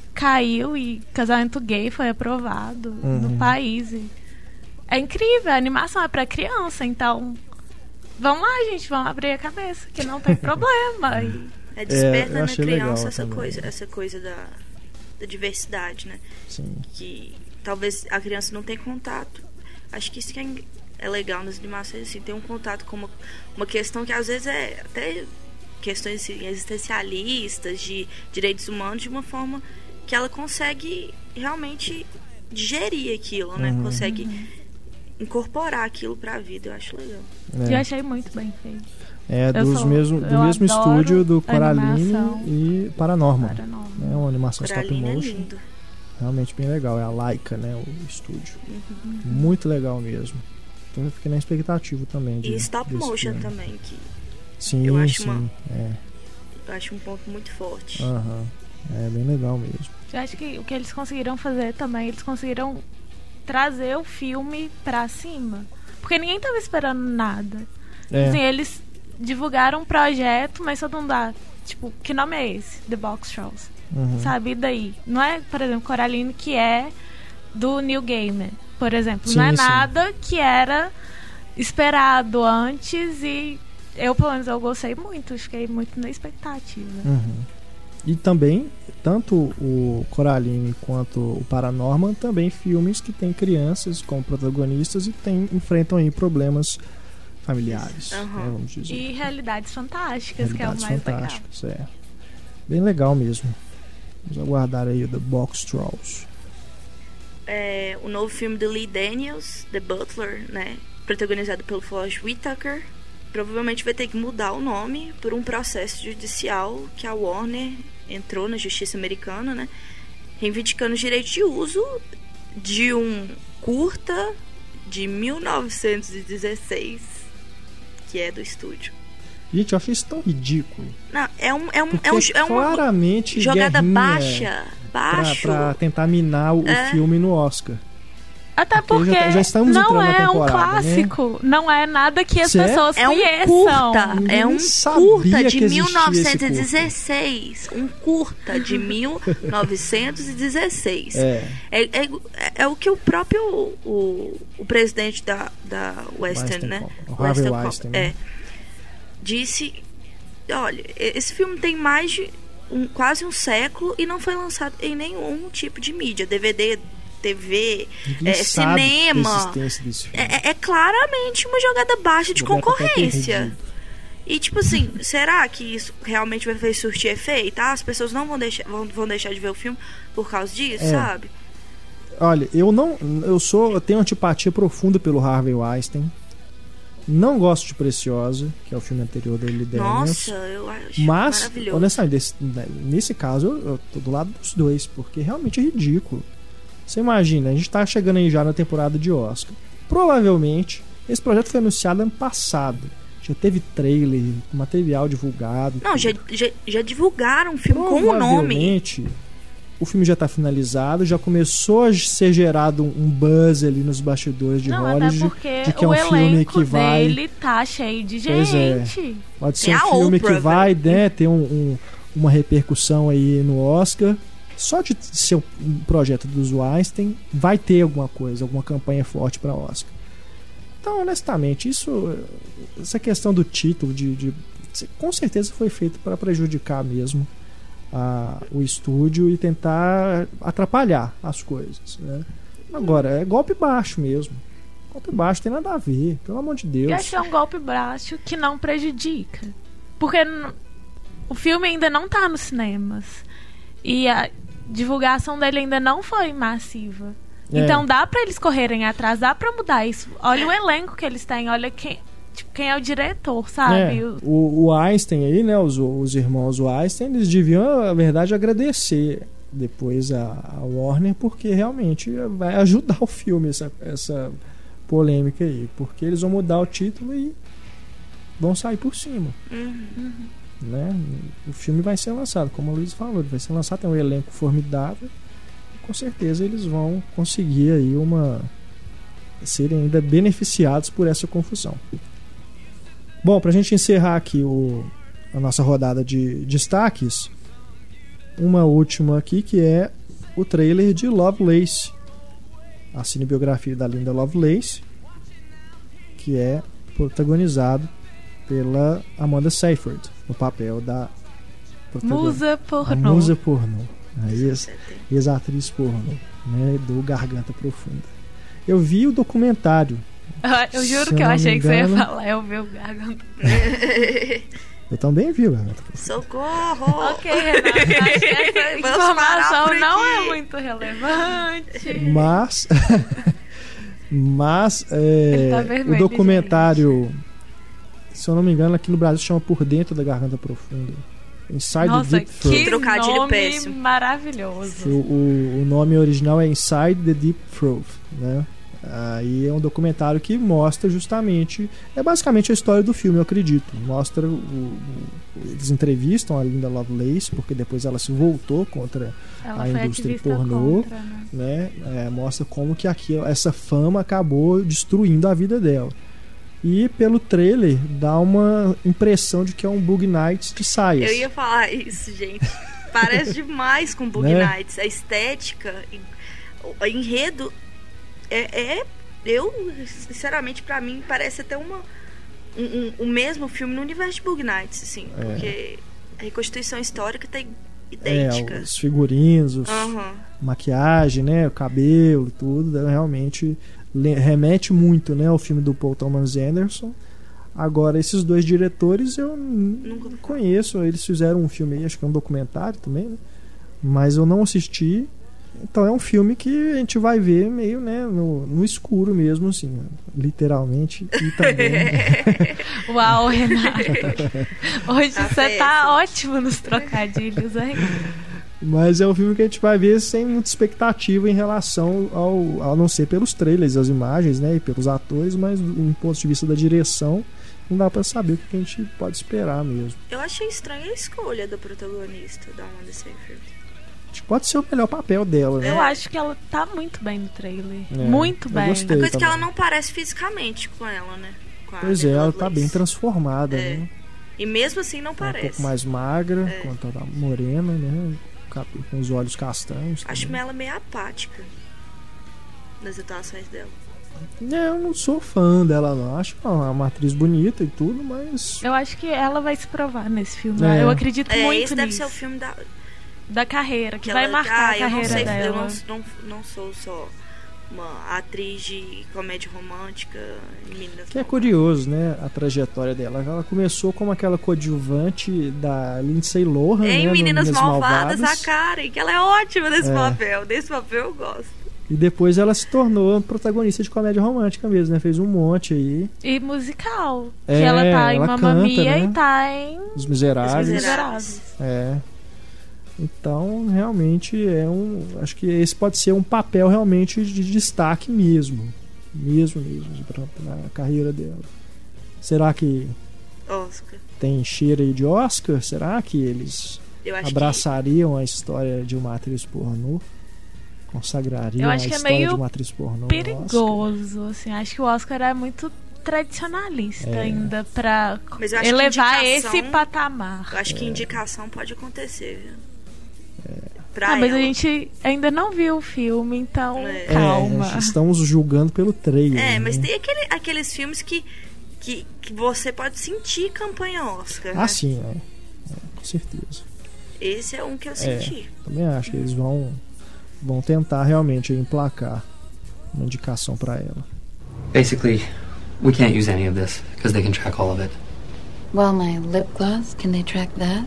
caiu e casamento gay foi aprovado no país. É incrível, a animação é pra criança, então vamos lá, gente, vamos abrir a cabeça, que não tem problema. Desperta na criança essa coisa da diversidade, né? Sim. Que talvez a criança não tenha contato. Acho que isso que é legal nas animações, assim, ter um contato com uma questão que às vezes é até questões assim, existencialistas, de direitos humanos, de uma forma que ela consegue realmente digerir aquilo, né? Consegue incorporar aquilo pra vida. Eu acho legal. Eu achei muito bem feito. Do mesmo estúdio do Coraline e Paranormal. É uma animação stop motion. É lindo. Realmente bem legal. É a Laika, né? O estúdio. Muito legal mesmo. Então eu fiquei na expectativa também. E stop motion filme. Também, que sim, eu acho eu acho um ponto muito forte. É bem legal mesmo. Eu acho que o que eles conseguiram fazer também, eles conseguiram trazer o filme pra cima. Porque ninguém tava esperando nada. Assim, eles divulgaram um projeto, mas todo mundo tipo, que nome é esse? The Box Trolls. Sabe? E daí? Não é, por exemplo, Coraline, que é do Neil Gaiman, por exemplo. Não é nada que era esperado antes e eu, pelo menos, eu gostei muito. Fiquei muito na expectativa. E também, tanto o Coraline quanto o Paranormal, também filmes que tem crianças como protagonistas e enfrentam aí problemas familiares, né, vamos dizer. E realidades fantásticas, que é o mais legal. Bem legal mesmo. Vamos aguardar aí o The Box Trolls. O novo filme do Lee Daniels, The Butler, né, protagonizado pelo Forrest Whitaker, provavelmente vai ter que mudar o nome por um processo judicial que a Warner entrou na justiça americana, né, reivindicando os direitos de uso de um curta de 1916 que é do estúdio. Gente, eu achei isso tão ridículo. Não, é uma claramente jogada baixa pra tentar minar o filme no Oscar. Até porque já estamos não é um clássico, né? Não é nada que as pessoas conheçam. É um curta de 1916. Um curta de 1916. É o que o próprio o presidente da Western, né? O Harvey Weinstein, disse: olha, esse filme tem mais de quase um século e não foi lançado em nenhum tipo de mídia, DVD, TV, cinema. É claramente uma jogada baixa de concorrência. E tipo assim, será que isso realmente vai surtir efeito? As pessoas não vão deixar de ver o filme por causa disso, sabe? Olha, eu tenho antipatia profunda pelo Harvey Weinstein. Não gosto de Preciosa, que é o filme anterior dele. Nossa, eu acho maravilhoso. Honestamente, nesse caso, eu tô do lado dos dois, porque realmente é ridículo. Você imagina, a gente tá chegando aí já na temporada de Oscar. Provavelmente, esse projeto foi anunciado ano passado. Já teve trailer, material divulgado. Não, já divulgaram um filme com o nome. Provavelmente, o filme já tá finalizado, já começou a ser gerado um buzz ali nos bastidores de Hollywood, de que é um filme que vai... dele tá cheio de gente. Pode ser um filme que vai, né, ter uma repercussão aí no Oscar. Só de ser um projeto dos Weinstein, vai ter alguma coisa, alguma campanha forte para Oscar. Então, honestamente, essa questão do título, com certeza foi feito para prejudicar mesmo o estúdio e tentar atrapalhar as coisas, né? Agora, é golpe baixo mesmo. Golpe baixo tem nada a ver, pelo amor de Deus. Eu acho que é um golpe baixo que não prejudica. Porque o filme ainda não tá nos cinemas. E a divulgação dele ainda não foi massiva. Então dá pra eles correrem atrás, dá pra mudar isso. Olha o elenco que eles têm, olha quem é o diretor, sabe? O Einstein aí, né, os irmãos Weinstein, eles deviam, na verdade, agradecer depois a Warner, porque realmente vai ajudar o filme, essa polêmica aí, porque eles vão mudar o título e vão sair por cima. Né? O filme vai ser lançado, como o Luiz falou, ele vai ser lançado, tem um elenco formidável, e com certeza eles vão conseguir aí serem ainda beneficiados por essa confusão. Bom, pra gente encerrar aqui a nossa rodada de destaques, uma última aqui, que é o trailer de Lovelace, a cinebiografia da Linda Lovelace, que é protagonizado pela Amanda Seyfried, no papel da musa pornô. A musa pornô, a ex-atriz pornô, né, do Garganta Profunda. Eu vi o documentário. Eu juro que eu achei que você ia falar, eu vi o Garganta. Eu também vi o Garganta Profunda. Socorro! Ok, Renato, acho que essa informação não é muito relevante. Mas o documentário, se eu não me engano, aqui no Brasil chama Por Dentro da Garganta Profunda. Inside the Deep Throat. Que trocadilho péssimo. Maravilhoso. O nome original é Inside the Deep Throat, né? Aí é um documentário que mostra justamente, é basicamente a história do filme, eu acredito. Mostra eles entrevistam a Linda Lovelace, porque depois ela se voltou contra a indústria pornô, né? Mostra como que essa fama acabou destruindo a vida dela. E pelo trailer dá uma impressão de que é um Boogie Nights de saias. Eu ia falar isso, gente. Parece demais com Boogie Nights. A estética, o enredo eu, sinceramente, pra mim parece até o mesmo filme no universo de Boogie Nights, assim, porque a reconstituição histórica tá idêntica. Os figurinos, maquiagem, né, o cabelo, tudo, realmente remete muito, né, ao filme do Paul Thomas Anderson. Agora, esses dois diretores eu nunca conheço. Eles fizeram um filme aí, acho que é um documentário também, né? Mas eu não assisti. Então é um filme que a gente vai ver meio, né, no escuro mesmo, assim, literalmente. E também... Uau, Renato! Hoje você tá ótimo nos trocadilhos, hein? Mas é um filme que a gente vai ver sem muita expectativa em relação ao não ser pelos trailers, as imagens, né, e pelos atores, mas do ponto de vista da direção, não dá pra saber o que a gente pode esperar mesmo. Eu achei estranha a escolha do protagonista da Amanda Seyfried. Acho que pode ser o melhor papel dela, né? Eu acho que ela tá muito bem no trailer. Muito bem. Gostei, a coisa que ela não parece fisicamente com ela, né? Pois é, ela tá bem transformada, né? E mesmo assim não parece. Um pouco mais magra, quanto ela morena, né? Com os olhos castanhos. Acho ela meio apática nas atuações dela. Eu não sou fã dela, não. Acho que ela é uma atriz bonita e tudo, mas... Eu acho que ela vai se provar nesse filme. Eu acredito muito nisso. Esse deve ser o filme da carreira, que vai marcar a carreira dela. Eu não sou só uma atriz de comédia romântica. Que é curioso, né? A trajetória dela. Ela começou como aquela coadjuvante da Lindsay Lohan, em né? Meninas Malvadas, a Karen, que ela é ótima nesse papel. Desse papel eu gosto. E depois ela se tornou protagonista de comédia romântica mesmo, né? Fez um monte aí. E musical. Que ela tá em Mamma Mia, né? E tá em Os Miseráveis. Então, realmente acho que esse pode ser um papel realmente de destaque mesmo pra carreira dela. Será que Oscar tem cheiro aí de Oscar? Será que eles abraçariam a história de uma atriz pornô? Consagrariam a história de uma atriz pornô? Perigoso, assim. Acho que o Oscar é muito tradicionalista ainda pra elevar esse patamar. Eu acho que indicação pode acontecer, viu? Mas a gente ainda não viu o filme, então calma. Estamos julgando pelo trailer. Mas tem aqueles filmes que você pode sentir campanha Oscar. Ah, né? Sim, com certeza. Esse é um que eu senti. Também acho que eles vão tentar realmente emplacar uma indicação para ela. Basically, we can't use any of this because they can track all of it. Well, my lip gloss, can they track that?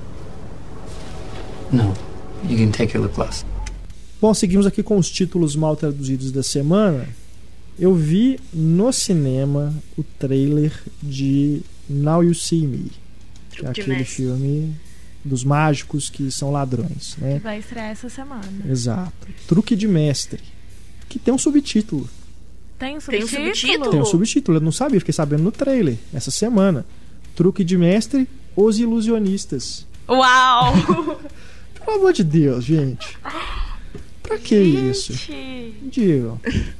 No. You can take your lip gloss. Bom, seguimos aqui com os títulos mal traduzidos da semana. Eu vi no cinema o trailer de Now You See Me, que é aquele filme dos mágicos que são ladrões, né? Que vai estrear essa semana. Exato. Truque de Mestre, que tem um subtítulo. Tem um subtítulo? Tem um subtítulo. Eu não sabia, fiquei sabendo no trailer essa semana. Truque de Mestre, Os Ilusionistas. Uau! Pelo amor de Deus, gente. Pra que isso? Digo.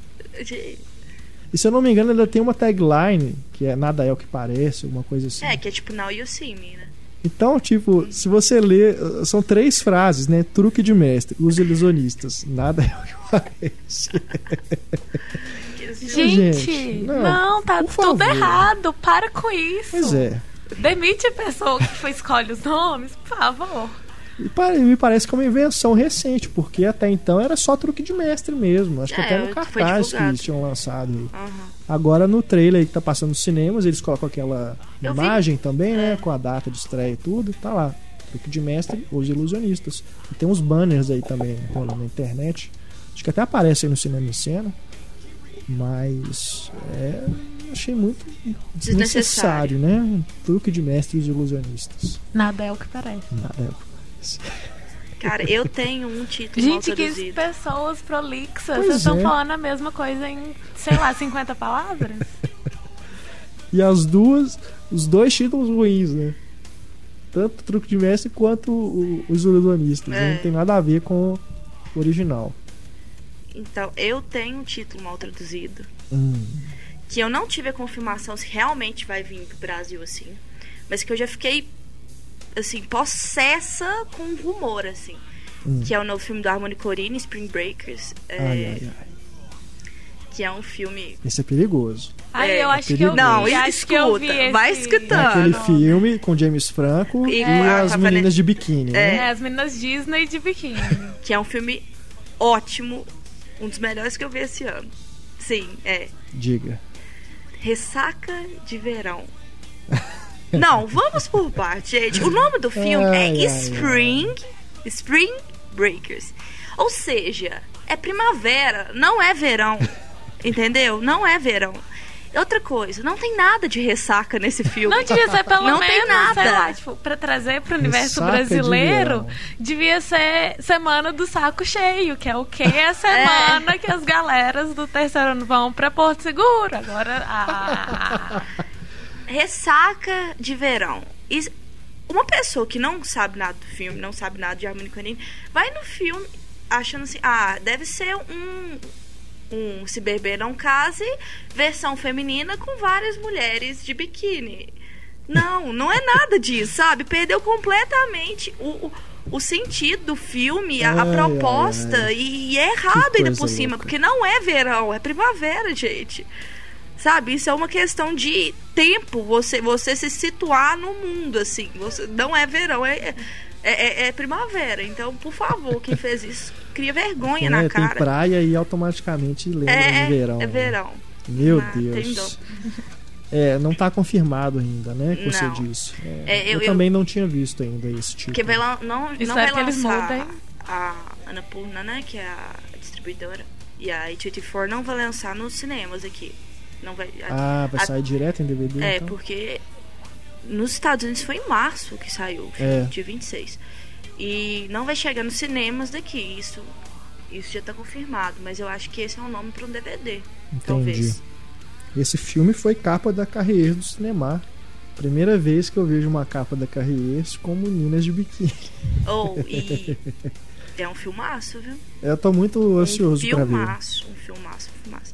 E se eu não me engano, ainda tem uma tagline que é Nada é o que parece, alguma coisa assim. Que é tipo Now You See Me, né? Então, tipo, se você ler, são 3 frases, né? Truque de mestre, os ilusionistas. Nada é o que parece. Gente, não, tá tudo errado. Para com isso. Pois é. Demite a pessoa que escolhe os nomes, por favor. E me parece que é uma invenção recente, porque até então era só truque de mestre mesmo. Acho que até no cartaz que eles tinham lançado. Agora no trailer aí que tá passando nos cinemas, eles colocam aquela imagem também, né? Com a data de estreia e tudo. Tá lá. Truque de mestre, os ilusionistas. E tem uns banners aí também rolando na internet. Acho que até aparece aí no Cinema em Cena. Mas achei muito desnecessário, né? Truque de mestre e os ilusionistas. Nada é o que parece. Nada é o que parece. Cara, eu tenho um título mal traduzido. Gente, que pessoas prolixas. Vocês estão falando a mesma coisa em, sei lá, 50 palavras? E os 2 títulos ruins, né? Tanto Truque de Mestre quanto os ilusionistas. Não tem nada a ver com o original. Então, eu tenho um título mal traduzido. Que eu não tive a confirmação se realmente vai vir pro Brasil assim. Mas que eu já fiquei, assim, possessa com um rumor, assim. Que é o novo filme do Harmony Korine, Spring Breakers. Que é um filme... Esse é perigoso. Eu acho que eu vi. Não, escuta, vai escutando. Aquele filme com James Franco e as meninas de biquíni, né? As meninas Disney de biquíni. Que é um filme ótimo. Um dos melhores que eu vi esse ano. Sim, Diga. Ressaca de Verão. Não, vamos por parte, gente. O nome do filme é Spring Breakers. Ou seja, é primavera, não é verão. Entendeu? Não é verão. Outra coisa, não tem nada de ressaca nesse filme. Não devia ser pelo não menos, tem nada. sei lá, tipo, pra trazer pro universo Ressaca brasileiro, devia ser Semana do Saco Cheio, que é o quê? É a semana que as galeras do terceiro ano vão pra Porto Seguro. Agora, Ressaca de Verão. Uma pessoa que não sabe nada do filme, não sabe nada de Harmony Korine, vai no filme achando assim, deve ser um Se Beber Não Case versão feminina com várias mulheres de biquíni. Não é nada disso, sabe? Perdeu completamente o sentido do filme, a proposta, e é errado ainda por cima, porque não é verão, é primavera, gente. Sabe? Isso é uma questão de tempo, você se situar no mundo, assim. Não é verão, é primavera. Então, por favor, quem fez isso, cria vergonha na cara. Tem praia e automaticamente lembra de verão. É verão. Meu Deus. Não está confirmado ainda, né? Que você disse. Eu também não tinha visto ainda esse tipo. Porque não vai lançar a Annapurna, né? Que é a distribuidora. E a A24 não vai lançar nos cinemas aqui. Não vai. Vai sair direto em DVD? Então? Porque nos Estados Unidos foi em março que saiu, dia 26. E não vai chegar nos cinemas daqui. Isso já está confirmado. Mas eu acho que esse é um nome para um DVD. Entendi. Talvez. Esse filme foi capa da Carrier do cinema. Primeira vez que eu vejo uma capa da Carrier com meninas de biquíni. E é um filmaço, viu? Eu tô muito ansioso pra ver. Um filmaço.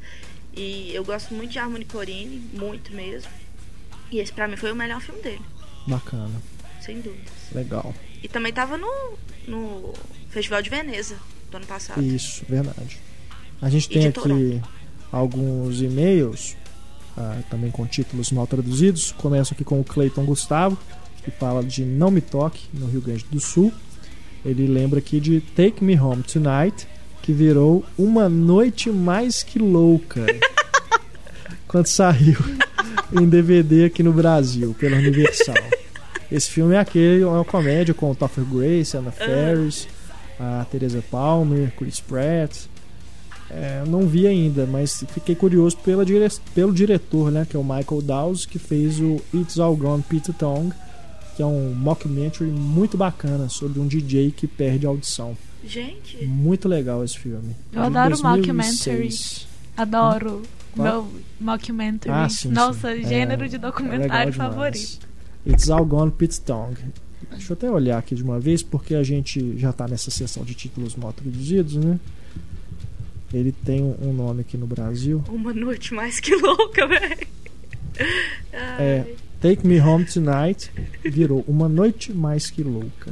E eu gosto muito de Harmony Korine, muito mesmo. E esse pra mim foi o melhor filme dele. Bacana. Sem dúvidas. Legal. E também tava no Festival de Veneza do ano passado. Isso, verdade. A gente tem aqui alguns e-mails, também com títulos mal traduzidos. Começo aqui com o Cleiton Gustavo, que fala de Não Me Toque, no Rio Grande do Sul. Ele lembra aqui de Take Me Home Tonight, que virou Uma Noite Mais Que Louca quando saiu em DVD aqui no Brasil, pela Universal. Esse filme é uma comédia com o Topher Grace, Anna Faris, a Teresa Palmer, Chris Pratt. Não vi ainda, mas fiquei curioso pelo diretor, né, que é o Michael Dawes, que fez o It's All Gone Peter Tong, que é um mockumentary muito bacana sobre um DJ que perde a audição. Gente, muito legal esse filme. Eu adoro mockumentaries. Adoro meu mockumentary. Sim, Nossa, gênero de documentário favorito. It's All Gone Peter Tong. Deixa eu até olhar aqui de uma vez, porque a gente já tá nessa seção de títulos mal traduzidos, né? Ele tem um nome aqui no Brasil. Uma Noite Mais Que Louca, velho. Take Me Home Tonight virou Uma Noite Mais Que Louca.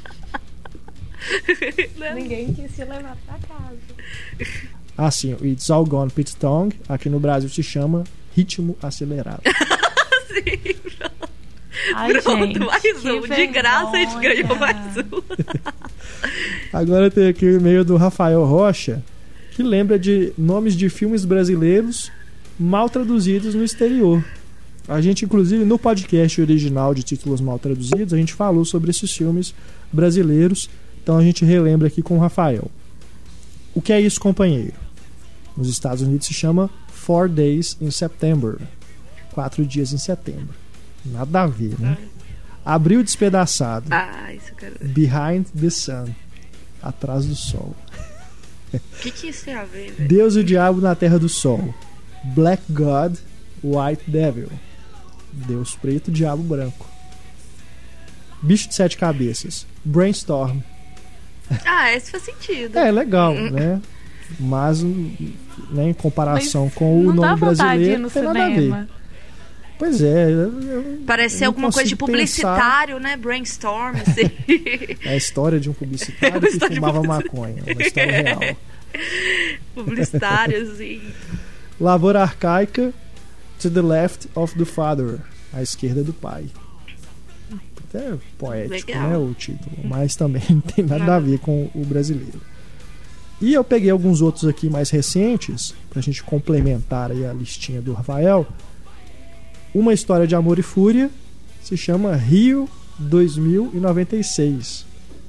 Ninguém quis se levar pra casa. Assim, It's All Gone Pete Tong, aqui no Brasil se chama Ritmo Acelerado. Sim, Ai, pronto, gente, mais um. De graça a gente ganhou mais um. Agora tem aqui o e-mail do Rafael Rocha, que lembra de nomes de filmes brasileiros mal traduzidos no exterior. A gente, inclusive, no podcast original de títulos mal traduzidos, a gente falou sobre esses filmes brasileiros. Então a gente relembra aqui com o Rafael. O que é isso, companheiro? Nos Estados Unidos se chama 4 Days in September. 4 dias em setembro. Nada a ver, né? Abril Despedaçado. Isso, cara. Behind the Sun. Atrás do Sol. O que isso tem a ver, velho? Deus e o Diabo na Terra do Sol. Black God, White Devil. Deus preto, Diabo branco. Bicho de 7 cabeças. Brainstorm. Esse faz sentido. É legal, né? Mas, né, em comparação com o nome brasileiro, não tem nada a ver. Pois é. Parece ser alguma coisa de publicitário, né? Brainstorm. Assim. É a história de um publicitário que fumava maconha. Uma história real. Publicitário, assim. Lavoura Arcaica, To the Left of the Father. À esquerda do pai. Até poético, legal, né, o título. Mas também não tem nada a ver com o brasileiro. E eu peguei alguns outros aqui mais recentes, pra gente complementar aí a listinha do Rafael. Uma História de Amor e Fúria se chama Rio 2096.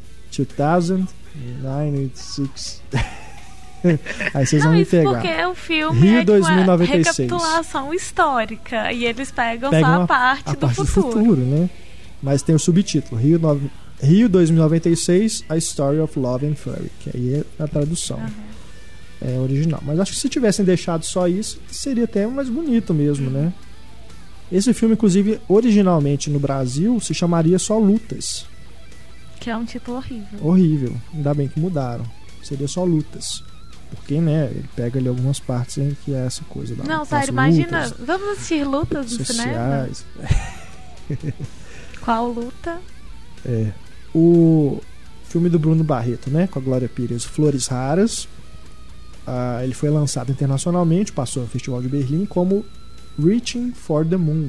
2096. Aí vocês vão me pegar. Porque o filme Rio 2096. Uma recapitulação histórica e eles pegam só a parte do futuro, né? Mas tem o subtítulo Rio 2096, A Story of Love and Fury, que aí é a tradução é original. Mas acho que se tivessem deixado só isso, seria até mais bonito mesmo, né? Esse filme, inclusive, originalmente no Brasil se chamaria só Lutas. Que é um título horrível. Horrível. Ainda bem que mudaram. Seria só Lutas. Porque, né, ele pega ali algumas partes em que é essa coisa da Não, sério, imagina, vamos assistir lutas no cinema? Qual luta? O filme do Bruno Barreto, né, com a Glória Pires, Flores Raras. Ele foi lançado internacionalmente, passou no Festival de Berlim como Reaching for the Moon,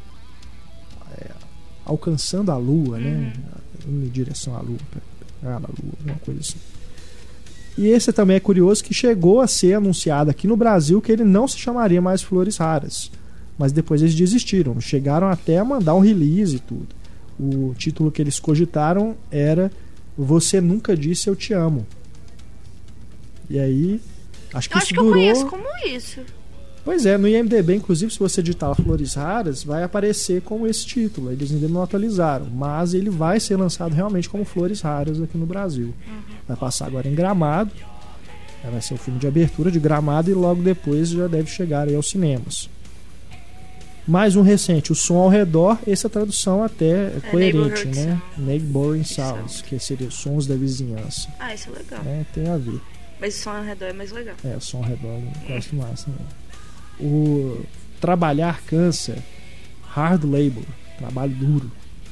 alcançando a Lua, né, em direção à Lua, na Lua, uma coisa assim. E esse também é curioso, que chegou a ser anunciado aqui no Brasil que ele não se chamaria mais Flores Raras, mas depois eles desistiram, chegaram até a mandar um release e tudo. O título que eles cogitaram era Você Nunca Disse Eu Te Amo. E aí acho que eu conheço como isso. Pois é, no IMDb, inclusive, se você digitar Flores Raras, vai aparecer com esse título. Eles ainda não atualizaram, mas ele vai ser lançado realmente como Flores Raras aqui no Brasil. Vai passar agora em Gramado. Vai ser o filme de abertura de Gramado e logo depois já deve chegar aí aos cinemas. Mais um recente, O Som ao Redor. Essa tradução até é coerente, né? Neighboring Sounds, que seria Sons da Vizinhança. Isso é legal. Tem a ver. Mas o Som ao Redor é mais legal. O Som ao Redor eu gosto mais também. O Trabalhar Cansa, Hard Labor, trabalho duro.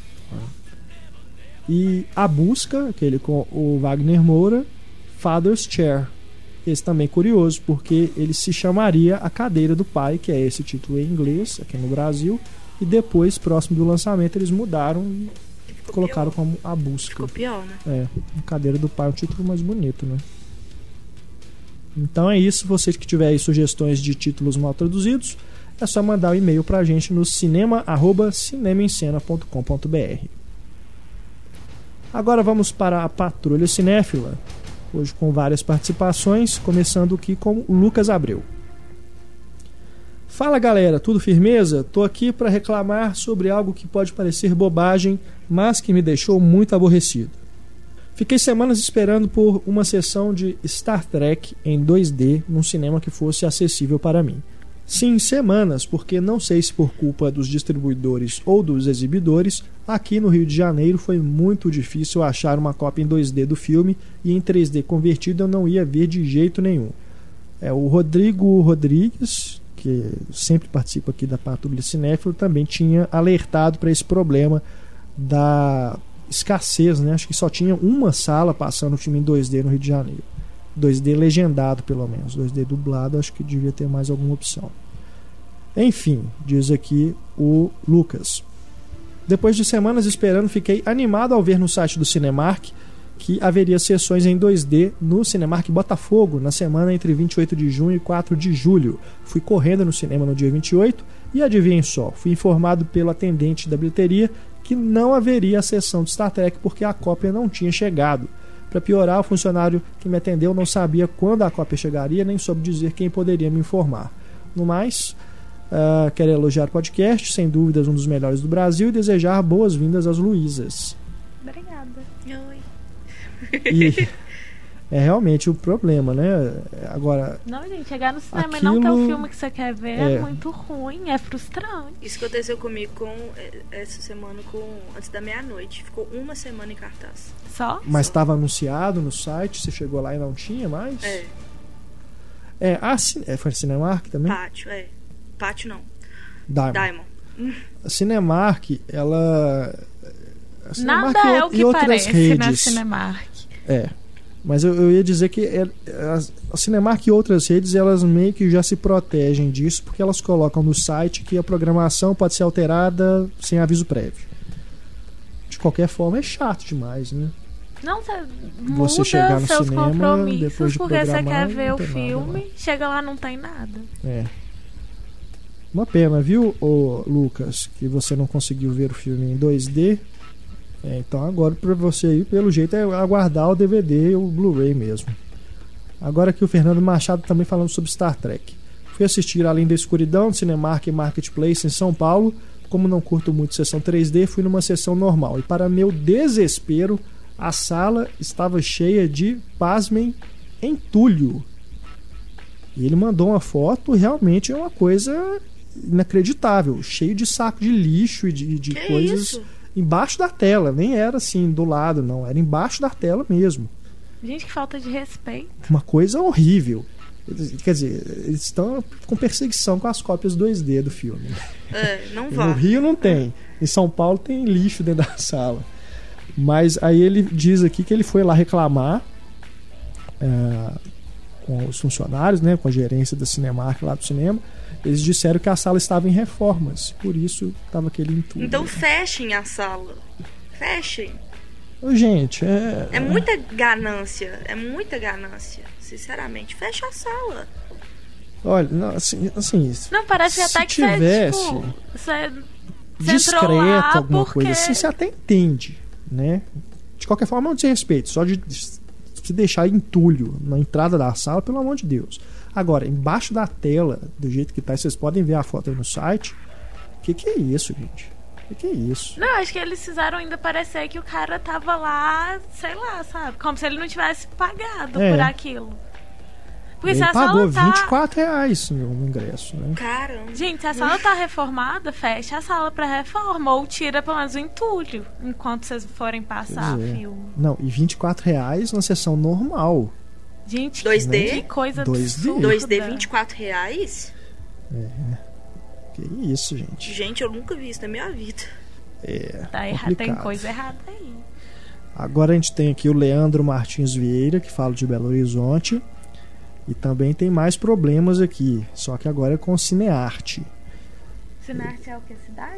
E A Busca, aquele com o Wagner Moura, Father's Chair. Esse também é curioso, porque ele se chamaria A Cadeira do Pai, que é esse título em inglês, aqui no Brasil, e depois, próximo do lançamento, eles mudaram e colocaram como A Busca. Ficou pior, né? A Cadeira do Pai é um título mais bonito, né? Então é isso, você que tiver aí sugestões de títulos mal traduzidos, é só mandar um e-mail pra gente no cinema@cinemaencena.com.br. Agora vamos para a Patrulha Cinéfila, hoje com várias participações, começando aqui com o Lucas Abreu. Fala galera, tudo firmeza? Tô aqui para reclamar sobre algo que pode parecer bobagem, mas que me deixou muito aborrecido. Fiquei semanas esperando por uma sessão de Star Trek em 2D num cinema que fosse acessível para mim. Sim, semanas, porque não sei se por culpa dos distribuidores ou dos exibidores, aqui no Rio de Janeiro foi muito difícil achar uma cópia em 2D do filme e em 3D convertido eu não ia ver de jeito nenhum. O Rodrigo Rodrigues, que sempre participa aqui da Patrulha Cinéfilo, também tinha alertado para esse problema da escassez, né? Acho que só tinha uma sala passando o filme em 2D no Rio de Janeiro. 2D legendado, pelo menos. 2D dublado, acho que devia ter mais alguma opção. Enfim, diz aqui o Lucas. Depois de semanas esperando, fiquei animado ao ver no site do Cinemark que haveria sessões em 2D no Cinemark Botafogo na semana entre 28 de junho e 4 de julho. Fui correndo no cinema no dia 28 e adivinhem só, fui informado pelo atendente da bilheteria que não haveria a sessão de Star Trek porque a cópia não tinha chegado. Para piorar, o funcionário que me atendeu não sabia quando a cópia chegaria, nem soube dizer quem poderia me informar. No mais, quero elogiar o podcast, sem dúvidas um dos melhores do Brasil, e desejar boas-vindas às Luísas. Obrigada. Oi. E é realmente o problema, né? Agora, não, gente, chegar no cinema e não ter o filme que você quer ver é muito ruim, é frustrante. Isso aconteceu comigo essa semana antes da meia-noite. Ficou uma semana em cartaz. Só? Mas estava anunciado no site, você chegou lá e não tinha mais? Foi a Cinemark também? Pátio não. Diamond. A Cinemark, ela... Nada é o que parece redes, na Cinemark. Mas eu ia dizer que a Cinemark e outras redes, elas meio que já se protegem disso, porque elas colocam no site que a programação pode ser alterada sem aviso prévio. De qualquer forma, é chato demais, né? Não, você chegar no seus cinema, compromissos de porque você quer ver o filme, nada, chega lá não tem nada. Uma pena, viu, Lucas, que você não conseguiu ver o filme em 2D. Então agora para você ir, pelo jeito, é aguardar o DVD e o Blu-ray mesmo. Agora aqui o Fernando Machado também falando sobre Star Trek. Fui assistir Além da Escuridão, de Cinemark e Marketplace em São Paulo. Como não curto muito sessão 3D, fui numa sessão normal. E para meu desespero, a sala estava cheia de, pasmem, entulho. E ele mandou uma foto, realmente é uma coisa inacreditável. Cheio de saco de lixo e de coisas... Isso? Embaixo da tela, nem era assim do lado, não, era embaixo da tela mesmo. Gente, que falta de respeito. Uma coisa horrível. Quer dizer, eles estão com perseguição com as cópias 2D do filme. Não vá. No Rio não tem, em São Paulo tem lixo dentro da sala. Mas aí ele diz aqui que ele foi lá reclamar com os funcionários, né, com a gerência da Cinemark lá do cinema. Eles disseram que a sala estava em reformas, por isso estava aquele entulho. Então fechem a sala. Fechem. Gente, é muita ganância. É muita ganância. Sinceramente, fecha a sala. Olha, não, assim não, parece até que tivesse você discreto, alguma coisa assim, você até entende, né? De qualquer forma, é um desrespeito. Só de se deixar entulho na entrada da sala, pelo amor de Deus. Agora, embaixo da tela, do jeito que tá, vocês podem ver a foto aí no site. O que é isso, gente? O que é isso? Não, acho que eles fizeram ainda parecer que o cara tava lá, sei lá, sabe? Como se ele não tivesse pagado por aquilo. Porque ele se a pagou sala R$24 no ingresso, né? Caramba. Gente, se a sala tá reformada, fecha a sala pra reforma. Ou tira pelo menos o entulho enquanto vocês forem passar filme. Não, e R$24 na sessão normal. Gente, 2D? Que coisa 2D? 2D, R$24? Que isso, gente. Gente, eu nunca vi isso na minha vida. Tá errado, tem coisa errada aí. Agora a gente tem aqui o Leandro Martins Vieira, que fala de Belo Horizonte. E também tem mais problemas aqui, só que agora é com Cinearte. Cinearte é o que? Cidade?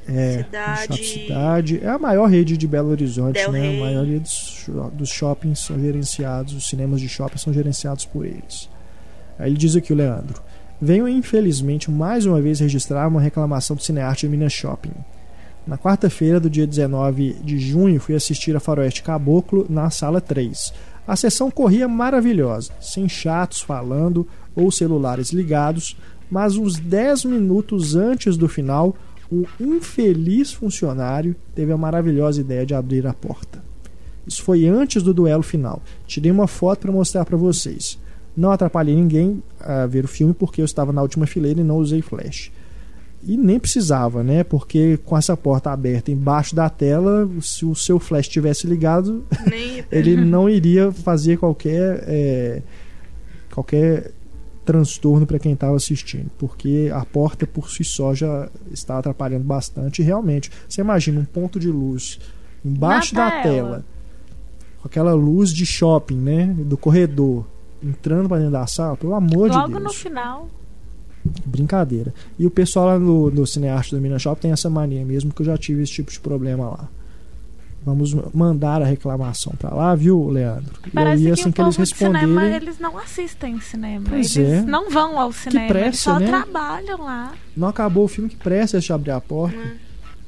Cidade. É a maior rede de Belo Horizonte, Del né? Rey. A maioria dos shoppings são gerenciados, os cinemas de shopping são gerenciados por eles. Aí ele diz aqui, o Leandro: venho infelizmente mais uma vez registrar uma reclamação do Cinearte em Minas Shopping. Na quarta-feira do dia 19 de junho fui assistir a Faroeste Caboclo na sala 3. A sessão corria maravilhosa, sem chatos falando ou celulares ligados, mas uns 10 minutos antes do final, um infeliz funcionário teve a maravilhosa ideia de abrir a porta. Isso foi antes do duelo final. Tirei uma foto para mostrar para vocês. Não atrapalhei ninguém a ver o filme porque eu estava na última fileira e não usei flash. E nem precisava, né? Porque com essa porta aberta embaixo da tela, se o seu flash estivesse ligado, ele não iria fazer qualquer transtorno para quem estava assistindo, porque a porta por si só já está atrapalhando bastante. E realmente, você imagina um ponto de luz embaixo da tela, com aquela luz de shopping, né, do corredor, entrando para dentro da sala, pelo amor de Deus. Logo no final. Brincadeira. E o pessoal lá no Cinearte do Minas Shopping tem essa mania mesmo, que eu já tive esse tipo de problema lá. Vamos mandar a reclamação pra lá, viu, Leandro? Parece e aí, que assim o que eles povo de cinema, responderem, eles não assistem cinema. Pois eles é. não vão ao cinema, pressa, eles só né? trabalham lá. Não acabou o filme, que pressa de abrir a porta. Não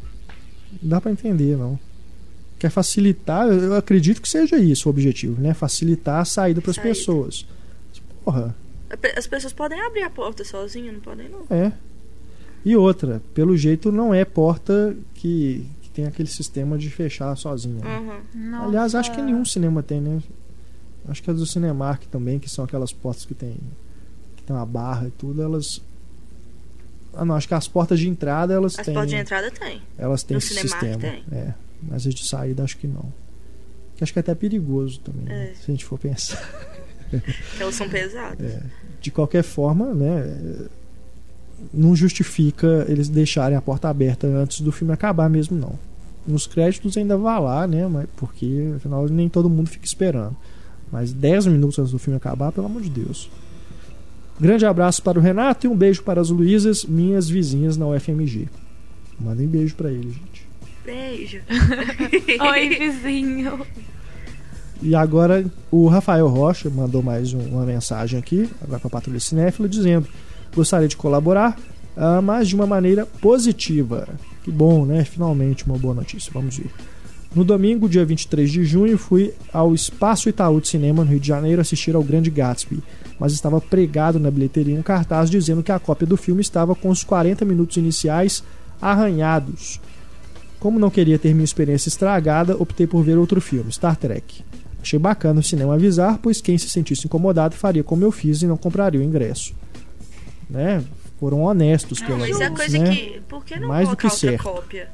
dá pra entender, não. Quer facilitar, eu acredito que seja isso o objetivo, né? Facilitar a saída pras pessoas. Porra. As pessoas podem abrir a porta sozinhas, não podem não. É. E outra, pelo jeito não é porta que tem aquele sistema de fechar sozinha. Né? Aliás, acho que nenhum cinema tem, né? Acho que as do Cinemark também, que são aquelas portas que tem uma barra e tudo, elas... Ah, não, acho que as portas de entrada elas têm... As portas de entrada tem. Elas têm no esse Cinemark sistema. Tem. É, mas as de saída acho que não. Que acho que é até perigoso também, né? Se a gente for pensar. Elas são pesadas. É. De qualquer forma, né, não justifica eles deixarem a porta aberta antes do filme acabar mesmo, não. Nos créditos ainda vai lá, né, mas porque afinal nem todo mundo fica esperando. Mas 10 minutos antes do filme acabar, pelo amor de Deus. Grande abraço para o Renato e um beijo para as Luísas, minhas vizinhas na UFMG. Mandem beijo para eles, gente. Beijo. Oi, vizinho. E agora o Rafael Rocha mandou mais uma mensagem aqui, agora para a Patrulha Cinéfila, dizendo: gostaria de colaborar, mas de uma maneira positiva. Que bom, né? Finalmente uma boa notícia. Vamos ver. No domingo, dia 23 de junho, fui ao Espaço Itaú de Cinema, no Rio de Janeiro, assistir ao Grande Gatsby, mas estava pregado na bilheteria um cartaz dizendo que a cópia do filme estava com os 40 minutos iniciais arranhados. Como não queria ter minha experiência estragada, optei por ver outro filme, Star Trek. Achei bacana o cinema avisar, pois quem se sentisse incomodado faria como eu fiz e não compraria o ingresso. Né? Foram honestos pelo menos. Mas é coisa, né? que... Por que não mais do colocar que outra certo. cópia?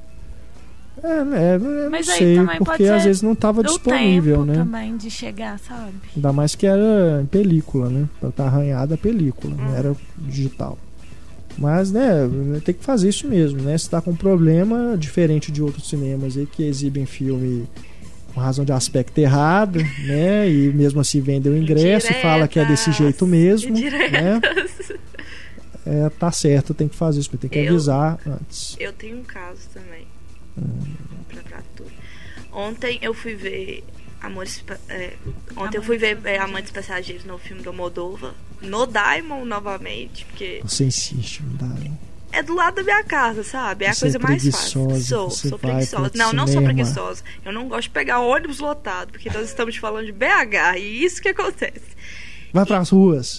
Não sei, porque às vezes não estava disponível, tempo né? também de chegar, sabe? Ainda mais que era em película, né? Pra estar arranhada a película, não era digital. Mas, né, tem que fazer isso mesmo, né? Se tá com um problema, diferente de outros cinemas aí que exibem filme com razão de aspecto errado, né? E mesmo assim vende o ingresso e fala que é desse jeito mesmo, né? Tá certo, tem que fazer isso, tem que avisar antes. Eu tenho um caso também. Pra tudo. Ontem eu fui ver Amantes Passageiros no filme do Almodóvar, no Diamond novamente, porque você insiste no Diamond. É do lado da minha casa, sabe? É a coisa mais fácil. Sou preguiçosa. Não sou preguiçosa. Eu não gosto de pegar ônibus lotado, porque nós estamos falando de BH e isso que acontece. Vai pras ruas.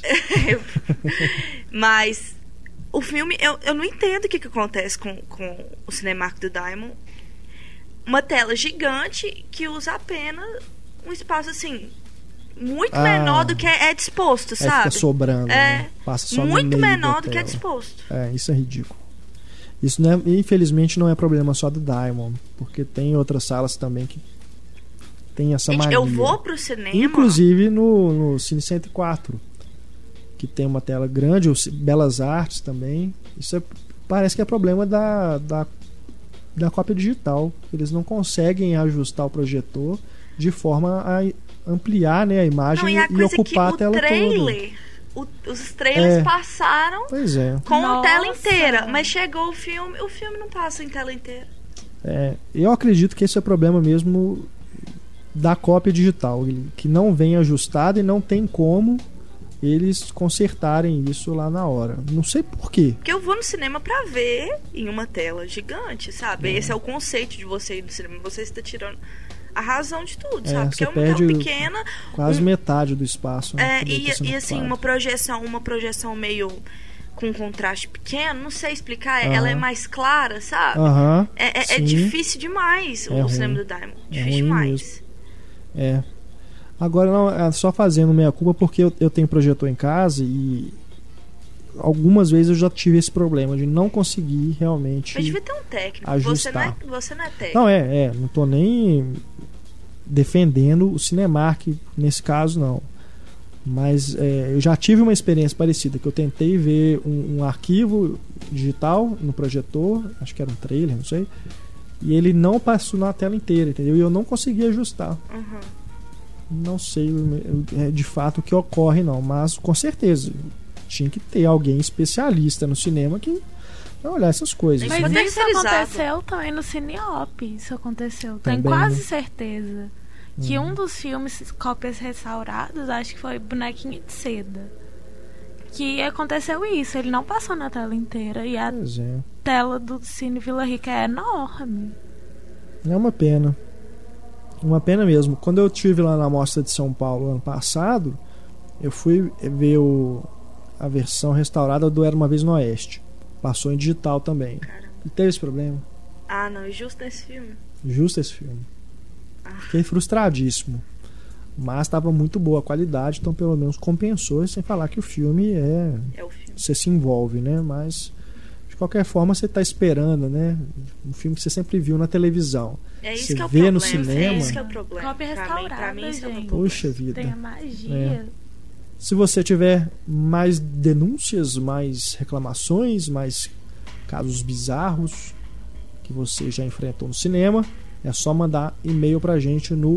Mas o filme, eu não entendo o que acontece com o Cinemark do Diamond. Uma tela gigante que usa apenas um espaço assim muito menor do que é disposto, sabe? Fica sobrando, né? Passa só muito no meio menor da do que é tela. disposto. Isso é ridículo. Isso, né, infelizmente não é problema só do Diamond, porque tem outras salas também que tem essa mania. Eu vou pro cinema, inclusive no Cine 104, que tem uma tela grande, o Belas Artes também. Isso parece que é problema da cópia digital. Eles não conseguem ajustar o projetor de forma a ampliar, né, a imagem e ocupar a tela toda. Os trailers passaram com a tela inteira, mas chegou o filme não passa em tela inteira. Eu acredito que esse é o problema mesmo da cópia digital, que não vem ajustado e não tem como eles consertarem isso lá na hora. Não sei por quê. Porque eu vou no cinema pra ver em uma tela gigante, sabe? Esse é o conceito de você ir no cinema. Você está tirando a razão de tudo, sabe? Porque é uma tela pequena, quase metade do espaço, né? E assim, uma projeção meio com contraste pequeno, não sei explicar, ela é mais clara, sabe? É difícil demais o cinema do Diamond. Difícil demais. Agora não, só fazendo meia culpa, porque eu tenho projetor em casa e algumas vezes eu já tive esse problema de não conseguir realmente. Mas devia ter um técnico. Ajustar. Você não é técnico. Não, não tô nem defendendo o Cinemark nesse caso, não. Mas eu já tive uma experiência parecida, que eu tentei ver um arquivo digital no projetor, acho que era um trailer, não sei, e ele não passou na tela inteira, entendeu? E eu não consegui ajustar. Não sei de fato o que ocorre, não, mas com certeza tinha que ter alguém especialista no cinema que vai olhar essas coisas. Mas né? isso aconteceu também no Cineop, isso aconteceu, tenho Também, quase né? certeza. Que um dos filmes, cópias restauradas, acho que foi Bonequinho de Seda. Que aconteceu isso, ele não passou na tela inteira. E a tela do Cine Vila Rica é enorme. É uma pena. Uma pena mesmo. Quando eu estive lá na Mostra de São Paulo ano passado, eu fui ver a versão restaurada do Era Uma Vez no Oeste. Passou em digital também. Caramba. E teve esse problema. Ah, não, justo esse filme. Justo esse filme. Fiquei frustradíssimo. Mas estava muito boa a qualidade, então pelo menos compensou, sem falar que o filme é o filme. Você se envolve, né? Mas de qualquer forma você está esperando, né? Um filme que você sempre viu na televisão. É isso você que é o vê problema. no cinema. É isso que é o problema. Cópia restaurada, pra mim, gente. Poxa vida. Tem a magia. Se você tiver mais denúncias, mais reclamações, mais casos bizarros que você já enfrentou no cinema, é só mandar e-mail pra gente no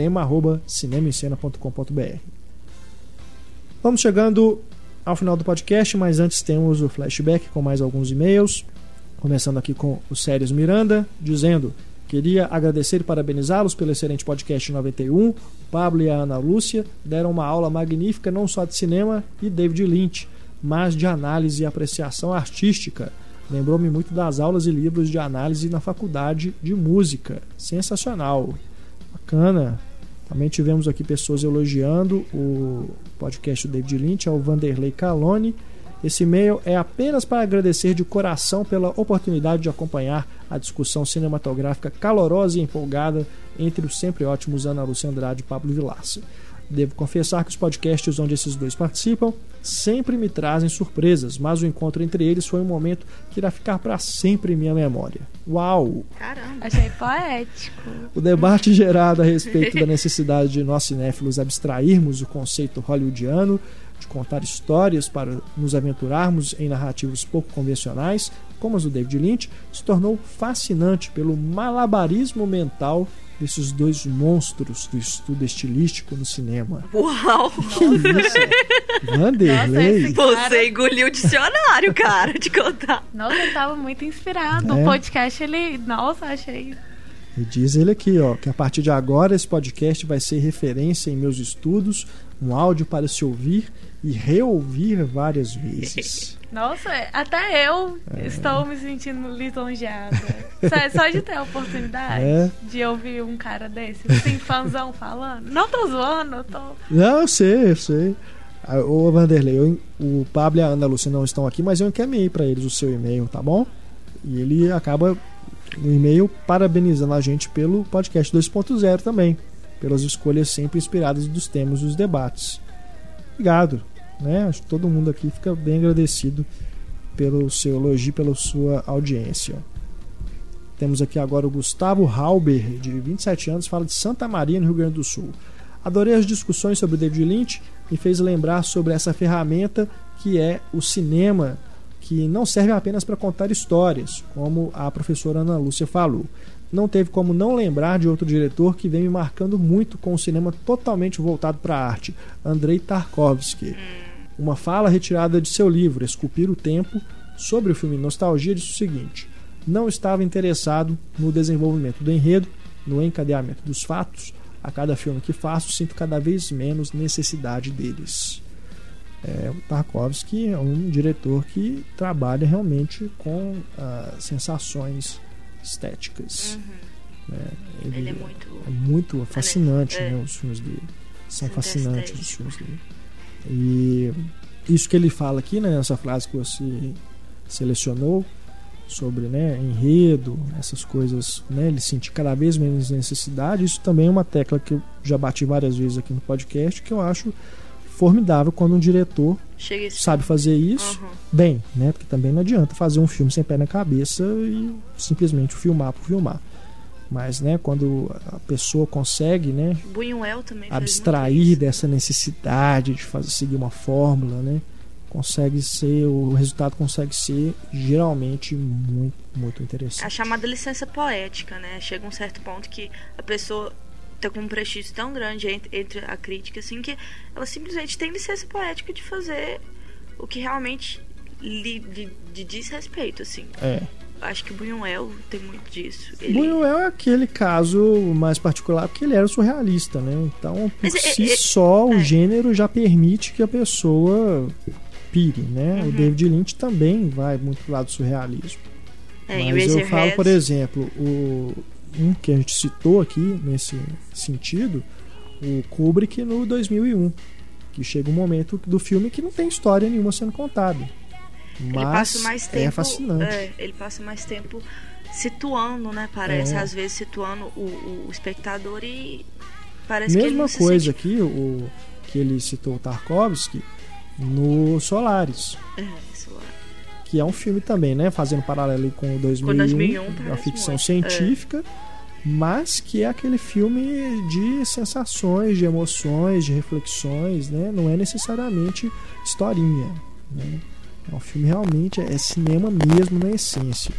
cinema@cinemaencena.com.br. Vamos chegando ao final do podcast, mas antes temos o flashback com mais alguns e-mails. Começando aqui com o Sérios Miranda, dizendo: queria agradecer e parabenizá-los pelo excelente podcast 91. O Pablo e a Ana Lúcia deram uma aula magnífica não só de cinema e David Lynch, mas de análise e apreciação artística. Lembrou-me muito das aulas e livros de análise na faculdade de música. Sensacional. Bacana. Também tivemos aqui pessoas elogiando o podcast do David Lynch, ao Vanderlei Calone. Esse e-mail é apenas para agradecer de coração pela oportunidade de acompanhar a discussão cinematográfica calorosa e empolgada entre os sempre ótimos Ana Lúcia Andrade e Pablo Vilaça. Devo confessar que os podcasts onde esses dois participam sempre me trazem surpresas, mas o encontro entre eles foi um momento que irá ficar para sempre em minha memória. Uau! Caramba! Achei poético. O debate gerado a respeito da necessidade de nós cinéfilos abstrairmos o conceito hollywoodiano, de contar histórias para nos aventurarmos em narrativas pouco convencionais, como as do David Lynch, se tornou fascinante pelo malabarismo mental desses dois monstros do estudo estilístico no cinema. Uau! Que isso? Vanderlei! Você engoliu o dicionário, cara, de contar. Nossa, ele tava muito inspirado. O podcast, ele... Nossa, achei... E diz ele aqui, ó, que a partir de agora esse podcast vai ser referência em meus estudos, um áudio para se ouvir e reouvir várias vezes. Nossa, até eu estou me sentindo lisonjeada. Só de ter a oportunidade de ouvir um cara desse, assim, fãzão falando. Não tô zoando, eu tô... Não, eu sei. Ô Vanderlei, o Pablo e a Ana Lúcia não estão aqui, mas eu encaminhei para eles o seu e-mail, tá bom? E ele acaba no e-mail parabenizando a gente pelo podcast 2.0 também, pelas escolhas sempre inspiradas dos temas dos debates. Obrigado, né? Acho que todo mundo aqui fica bem agradecido pelo seu elogio, pela sua audiência. Temos aqui agora o Gustavo Halber, de 27 anos, fala de Santa Maria, no Rio Grande do Sul. Adorei as discussões sobre David Lynch, me fez lembrar sobre essa ferramenta que é o cinema, que não serve apenas para contar histórias, como a professora Ana Lúcia falou. Não teve como não lembrar de outro diretor que vem me marcando muito com o cinema totalmente voltado para a arte, Andrei Tarkovsky. Uma fala retirada de seu livro, Esculpir o Tempo, sobre o filme Nostalgia, disse o seguinte: não estava interessado no desenvolvimento do enredo, no encadeamento dos fatos. A cada filme que faço, sinto cada vez menos necessidade deles. O Tarkovsky é um diretor que trabalha realmente com sensações estéticas. Ele é muito fascinante, né, os filmes dele. São fascinantes os filmes dele. E isso que ele fala aqui, né, nessa frase que você selecionou sobre, né, enredo, essas coisas, né, ele sentir cada vez menos necessidade, isso também é uma tecla que eu já bati várias vezes aqui no podcast, que eu acho formidável quando um diretor sabe fazer isso bem, né? Porque também não adianta fazer um filme sem pé na cabeça e simplesmente filmar por filmar. Mas, né, quando a pessoa consegue, né, Buñuel também abstrair dessa necessidade de seguir uma fórmula, né, o resultado consegue ser geralmente muito, muito interessante. A chamada licença poética, né? Chega um certo ponto que a pessoa tá com um prestígio tão grande entre a crítica, assim, que ela simplesmente tem licença poética de fazer o que realmente lhe diz respeito, assim. Acho que o Buñuel tem muito disso. Buñuel é aquele caso mais particular porque ele era surrealista, né? Então, por só, o gênero já permite que a pessoa pire, né? O David Lynch também vai muito pro lado do surrealismo. Mas eu falo, por exemplo, um que a gente citou aqui nesse sentido, o Kubrick no 2001, que chega um momento do filme que não tem história nenhuma sendo contada. Mas ele passa mais tempo, é fascinante. Ele passa mais tempo situando, né? Parece, às vezes, situando o espectador e parece que ele não se coisa sente... aqui, que ele citou o Tarkovsky no Solaris. Solaris. Que é um filme também, né? Fazendo paralelo com o 2001 a ficção muito científica, mas que é aquele filme de sensações, de emoções, de reflexões, né? Não é necessariamente historinha, né? É um filme realmente, é cinema mesmo na essência.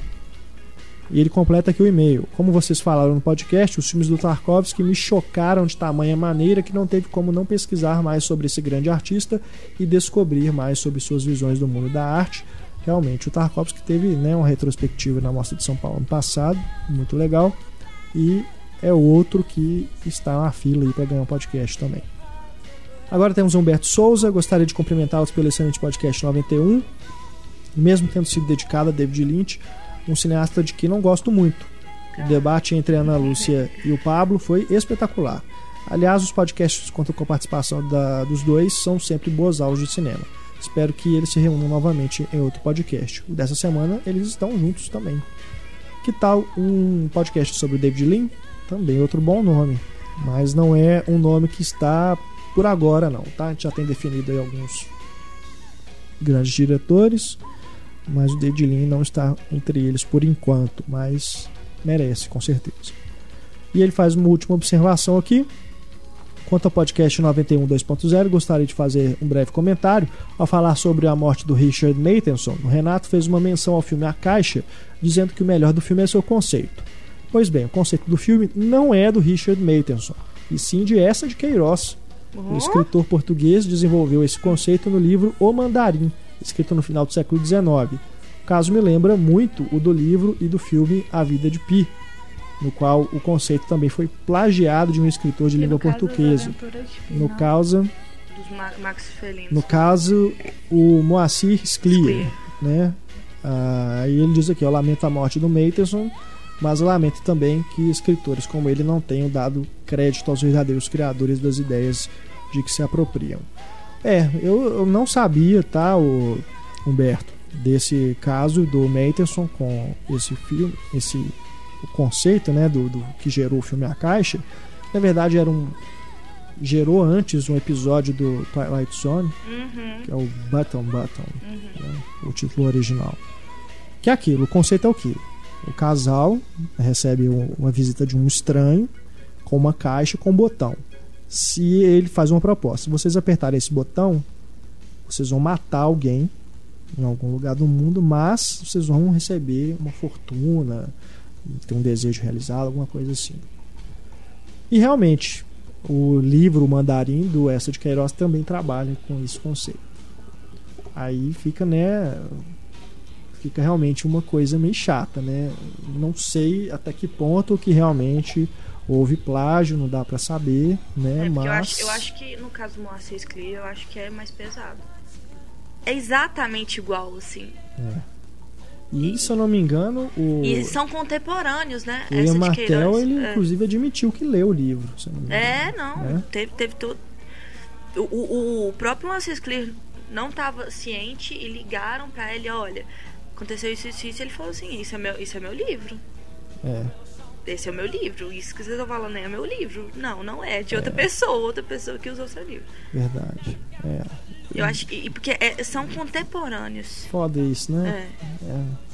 E ele completa aqui o e-mail. Como vocês falaram no podcast, os filmes do Tarkovsky me chocaram de tamanha maneira que não teve como não pesquisar mais sobre esse grande artista e descobrir mais sobre suas visões do mundo da arte. Realmente, o Tarkovsky teve, né, uma retrospectiva na Mostra de São Paulo ano passado, muito legal, e é outro que está na fila aí para ganhar um podcast também. Agora temos Humberto Souza. Gostaria de cumprimentá-los pelo excelente podcast 91, mesmo tendo sido dedicado a David Lynch, um cineasta de que não gosto muito. O debate entre a Ana Lúcia e o Pablo foi espetacular. Aliás, os podcasts contam com a participação dos dois são sempre boas aulas de cinema. Espero que eles se reúnam novamente em outro podcast. O dessa semana eles estão juntos também. Que tal um podcast sobre o David Lean? Também outro bom nome, mas não é um nome que está por agora não, tá? A gente já tem definido aí alguns grandes diretores, mas o David Lean não está entre eles por enquanto, mas merece, com certeza. E ele faz uma última observação aqui. Quanto ao podcast 91 2.0, gostaria de fazer um breve comentário. Ao falar sobre a morte do Richard Matheson, o Renato fez uma menção ao filme A Caixa, dizendo que o melhor do filme é seu conceito. Pois bem, o conceito do filme não é do Richard Matheson, e sim de Eça de Queiroz. O escritor português desenvolveu esse conceito no livro O Mandarim, escrito no final do século XIX. O caso me lembra muito o do livro e do filme A Vida de Pi, no qual o conceito também foi plagiado de um escritor de língua portuguesa. No caso o Moacir Scliar, né? E ele diz aqui, eu lamento a morte do Matheson, mas lamento também que escritores como ele não tenham dado crédito aos verdadeiros criadores das ideias de que se apropriam. Eu não sabia, tá, Humberto, desse caso do Matheson com esse filme, o conceito, né, do que gerou o filme A Caixa. Na verdade gerou antes um episódio do Twilight Zone, que é o Button, né, o título original. Que é aquilo, o conceito é o quê? O casal recebe uma visita de um estranho com uma caixa com um botão. Se ele faz uma proposta, se vocês apertarem esse botão, vocês vão matar alguém em algum lugar do mundo, mas vocês vão receber uma fortuna, ter um desejo realizado, alguma coisa assim. E realmente o livro O Mandarim do Eça de Queiroz também trabalha com esse conceito. Aí fica, né, fica realmente uma coisa meio chata, né? Não sei até que ponto que realmente houve plágio, não dá pra saber, né? Mas eu acho que no caso do Moacir Scliar, eu acho que é mais pesado. É exatamente igual, assim. E se eu não me engano, e são contemporâneos, né? William Martel, ele inclusive admitiu que leu o livro. Se eu não me engano. Teve todo. O próprio Moacir Scliar não estava ciente e ligaram pra ele, olha, aconteceu isso, ele falou assim, isso é meu livro. Esse é o meu livro, isso que vocês estão falando é meu livro. Não é de outra pessoa que usou seu livro. Verdade. Eu acho que porque são contemporâneos. Foda isso, né?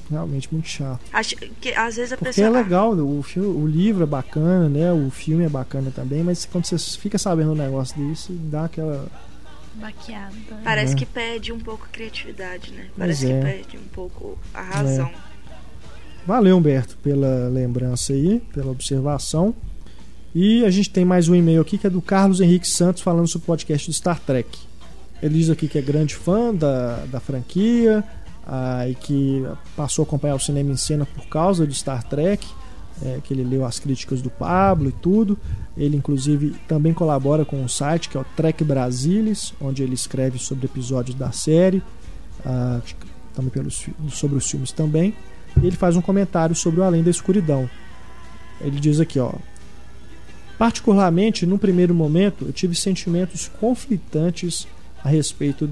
Realmente muito chato. Acho que às vezes a Porque pessoa... é legal, o livro é bacana, né? O filme é bacana também, mas quando você fica sabendo um negócio desse, dá aquela... baqueada. Parece que perde um pouco a criatividade, né? Parece que perde um pouco a razão. Valeu, Humberto, pela lembrança aí, pela observação. E a gente tem mais um e-mail aqui que é do Carlos Henrique Santos falando sobre o podcast do Star Trek. Ele diz aqui que é grande fã da franquia, e que passou a acompanhar o Cinema em Cena por causa de Star Trek, que ele leu as críticas do Pablo e tudo. Ele inclusive também colabora com um site que é o Trek Brasilis, onde ele escreve sobre episódios da série, também sobre os filmes também. E ele faz um comentário sobre o Além da Escuridão. Ele diz aqui, particularmente num primeiro momento eu tive sentimentos conflitantes a respeito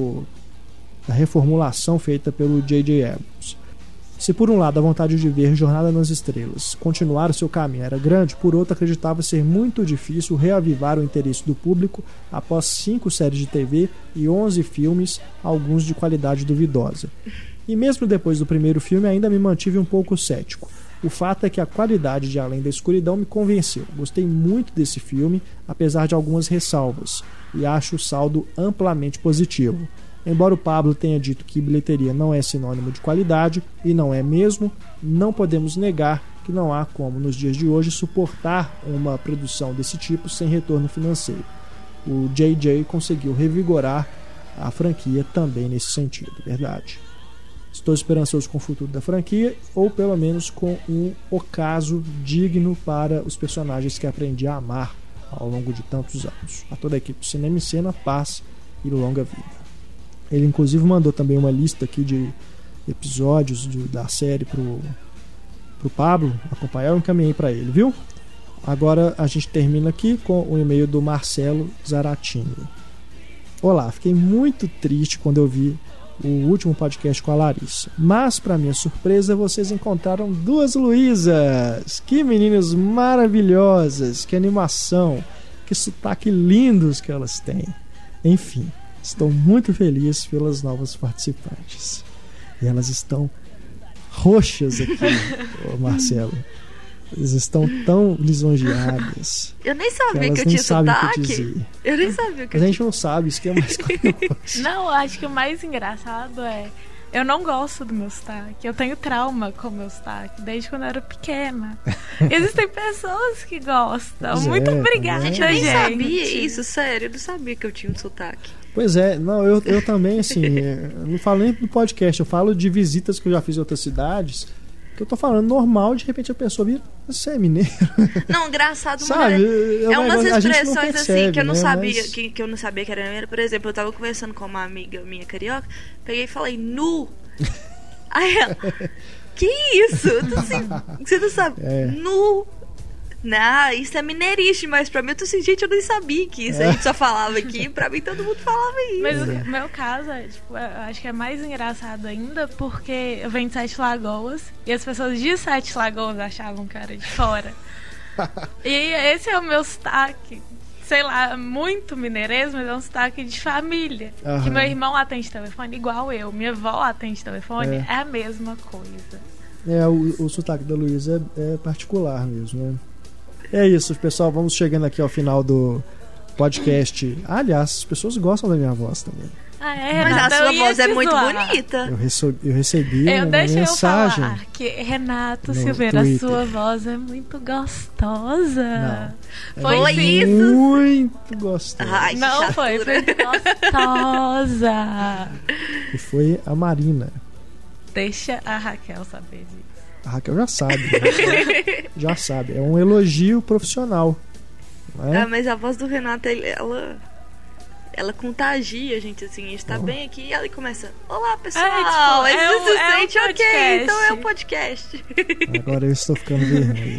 da reformulação feita pelo J.J. Abrams. Se por um lado a vontade de ver Jornada nas Estrelas continuar o seu caminho era grande, por outro acreditava ser muito difícil reavivar o interesse do público após 5 séries de TV e 11 filmes, alguns de qualidade duvidosa. E mesmo depois do primeiro filme ainda me mantive um pouco cético. O fato é que a qualidade de Além da Escuridão me convenceu. Gostei muito desse filme, apesar de algumas ressalvas, e acho o saldo amplamente positivo. Embora o Pablo tenha dito que bilheteria não é sinônimo de qualidade, e não é mesmo, não podemos negar que não há como, nos dias de hoje, suportar uma produção desse tipo sem retorno financeiro. O JJ conseguiu revigorar a franquia também nesse sentido, verdade. Estou esperançoso com o futuro da franquia, ou pelo menos com um ocaso digno para os personagens que aprendi a amar ao longo de tantos anos. A toda a equipe do Cinema em Cena, paz e longa vida. Ele inclusive mandou também uma lista aqui de episódios da série pro Pablo acompanhar, eu encaminhei para ele, viu? Agora a gente termina aqui com o e-mail do Marcelo Zaratini. Olá, fiquei muito triste quando eu vi o último podcast com a Larissa, mas para minha surpresa vocês encontraram 2 Luísas. Que meninas maravilhosas, que animação, que sotaque lindos que elas têm. Enfim, estou muito feliz pelas novas participantes. E elas estão roxas aqui, Marcelo. Eles estão tão lisonjeadas. Eu nem sabia que eu tinha sotaque. Eu nem sabia que a gente não sabe, isso que é mais curioso. Não, eu acho que o mais engraçado é... Eu não gosto do meu sotaque. Eu tenho trauma com o meu sotaque desde quando eu era pequena. Existem pessoas que gostam. Muito obrigada, gente. Eu nem sabia isso, sério. Eu não sabia que eu tinha um sotaque. Pois é, não, eu também, assim, eu não falo nem do podcast, eu falo de visitas que eu já fiz em outras cidades, que eu tô falando normal, de repente a pessoa vira, você é mineiro? Não, engraçado, sabe? É umas expressões percebe, assim que eu não sabia, mas... que eu não sabia que era mineiro. Por exemplo, eu tava conversando com uma amiga minha carioca, peguei e falei, nu. Aí ela, que isso? Você não sabe? Nu. Não, isso é mineirice, mas pra mim eu tô assim, gente, eu nem sabia que isso a gente só falava aqui, pra mim todo mundo falava isso. Mas o meu caso, tipo, eu acho que é mais engraçado ainda porque eu venho de 7 Lagoas e as pessoas de 7 Lagoas achavam que eu era de fora. E esse é o meu sotaque, sei lá, muito mineirês, mas é um sotaque de família. Uhum. Que meu irmão atende telefone igual eu, minha avó atende telefone, é a mesma coisa. O sotaque da Luísa é particular mesmo, né? É isso, pessoal, vamos chegando aqui ao final do podcast. Aliás, as pessoas gostam da minha voz também. Mas a sua voz é muito bonita. Eu recebi uma mensagem. Eu falar que Renato Silveira, a sua voz é muito gostosa. Não, foi isso? Muito gostosa. Ai, não, foi muito gostosa. E foi a Marina. Deixa a Raquel saber disso. A Raquel já sabe. Já sabe. É um elogio profissional. Não é? Mas a voz do Renato, ela contagia, gente, assim. A gente tá bem aqui e ela começa, olá, pessoal. Aí você se sente ok, então é um podcast. Agora eu estou ficando vermelho.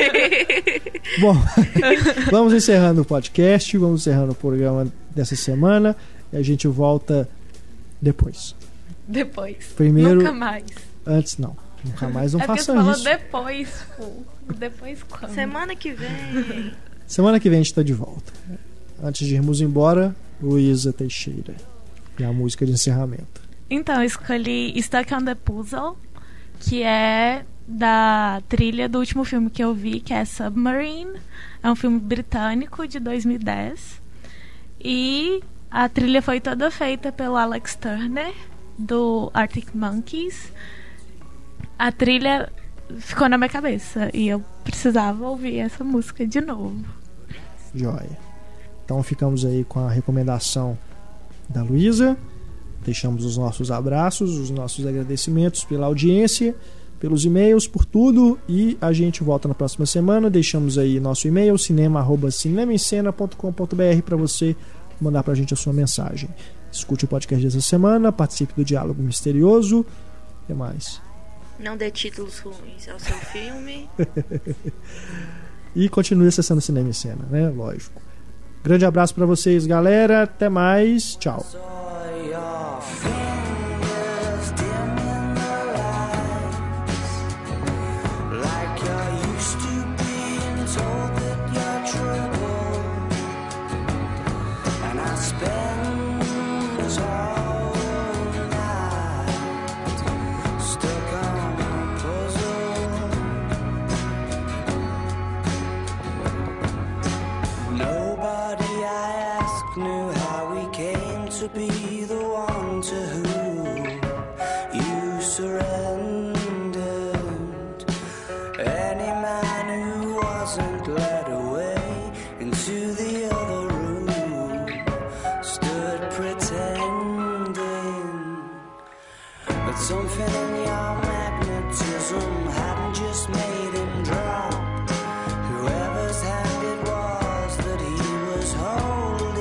Bom, vamos encerrando o podcast, vamos encerrando o programa dessa semana e a gente volta depois. Primeiro, nunca mais. Antes não. Nunca mais não façam isso. Depois, pô. Depois quando? Semana que vem. Semana que vem a gente tá de volta. Antes de irmos embora, Luísa Teixeira. E a música de encerramento. Então, eu escolhi Stuck on the Puzzle, que é da trilha do último filme que eu vi, que é Submarine. É um filme britânico de 2010. E a trilha foi toda feita pelo Alex Turner, do Arctic Monkeys. A trilha ficou na minha cabeça e eu precisava ouvir essa música de novo. Joia. Então ficamos aí com a recomendação da Luísa. Deixamos os nossos abraços, os nossos agradecimentos pela audiência, pelos e-mails, por tudo, e a gente volta na próxima semana. Deixamos aí nosso e-mail, cinema@cinemaencena.com.br, para você mandar pra gente a sua mensagem. Escute o podcast dessa semana, participe do Diálogo Misterioso. O que mais? Não dê títulos ruins ao seu filme. E continue acessando Cinema em Cena, né? Lógico. Grande abraço pra vocês, galera. Até mais. Tchau. To be the one to whom you surrendered. Any man who wasn't led away into the other room stood pretending that something in your magnetism hadn't just made him drop whoever's hand it was that he was holding.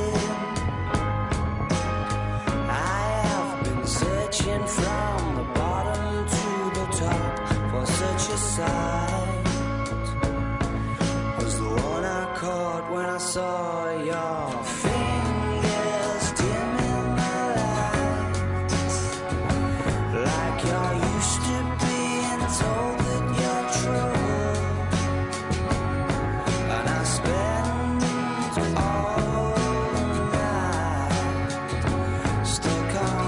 Searching from the bottom to the top for such a sight as the one I caught when I saw your fingers dim in the lights, like you're used to being told that you're trouble. And I spent all night stuck on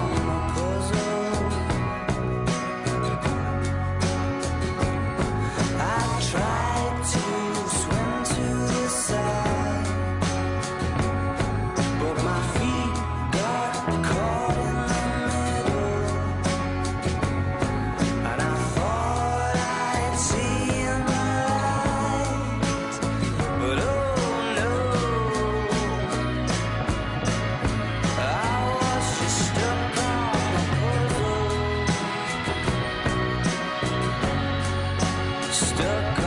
stuck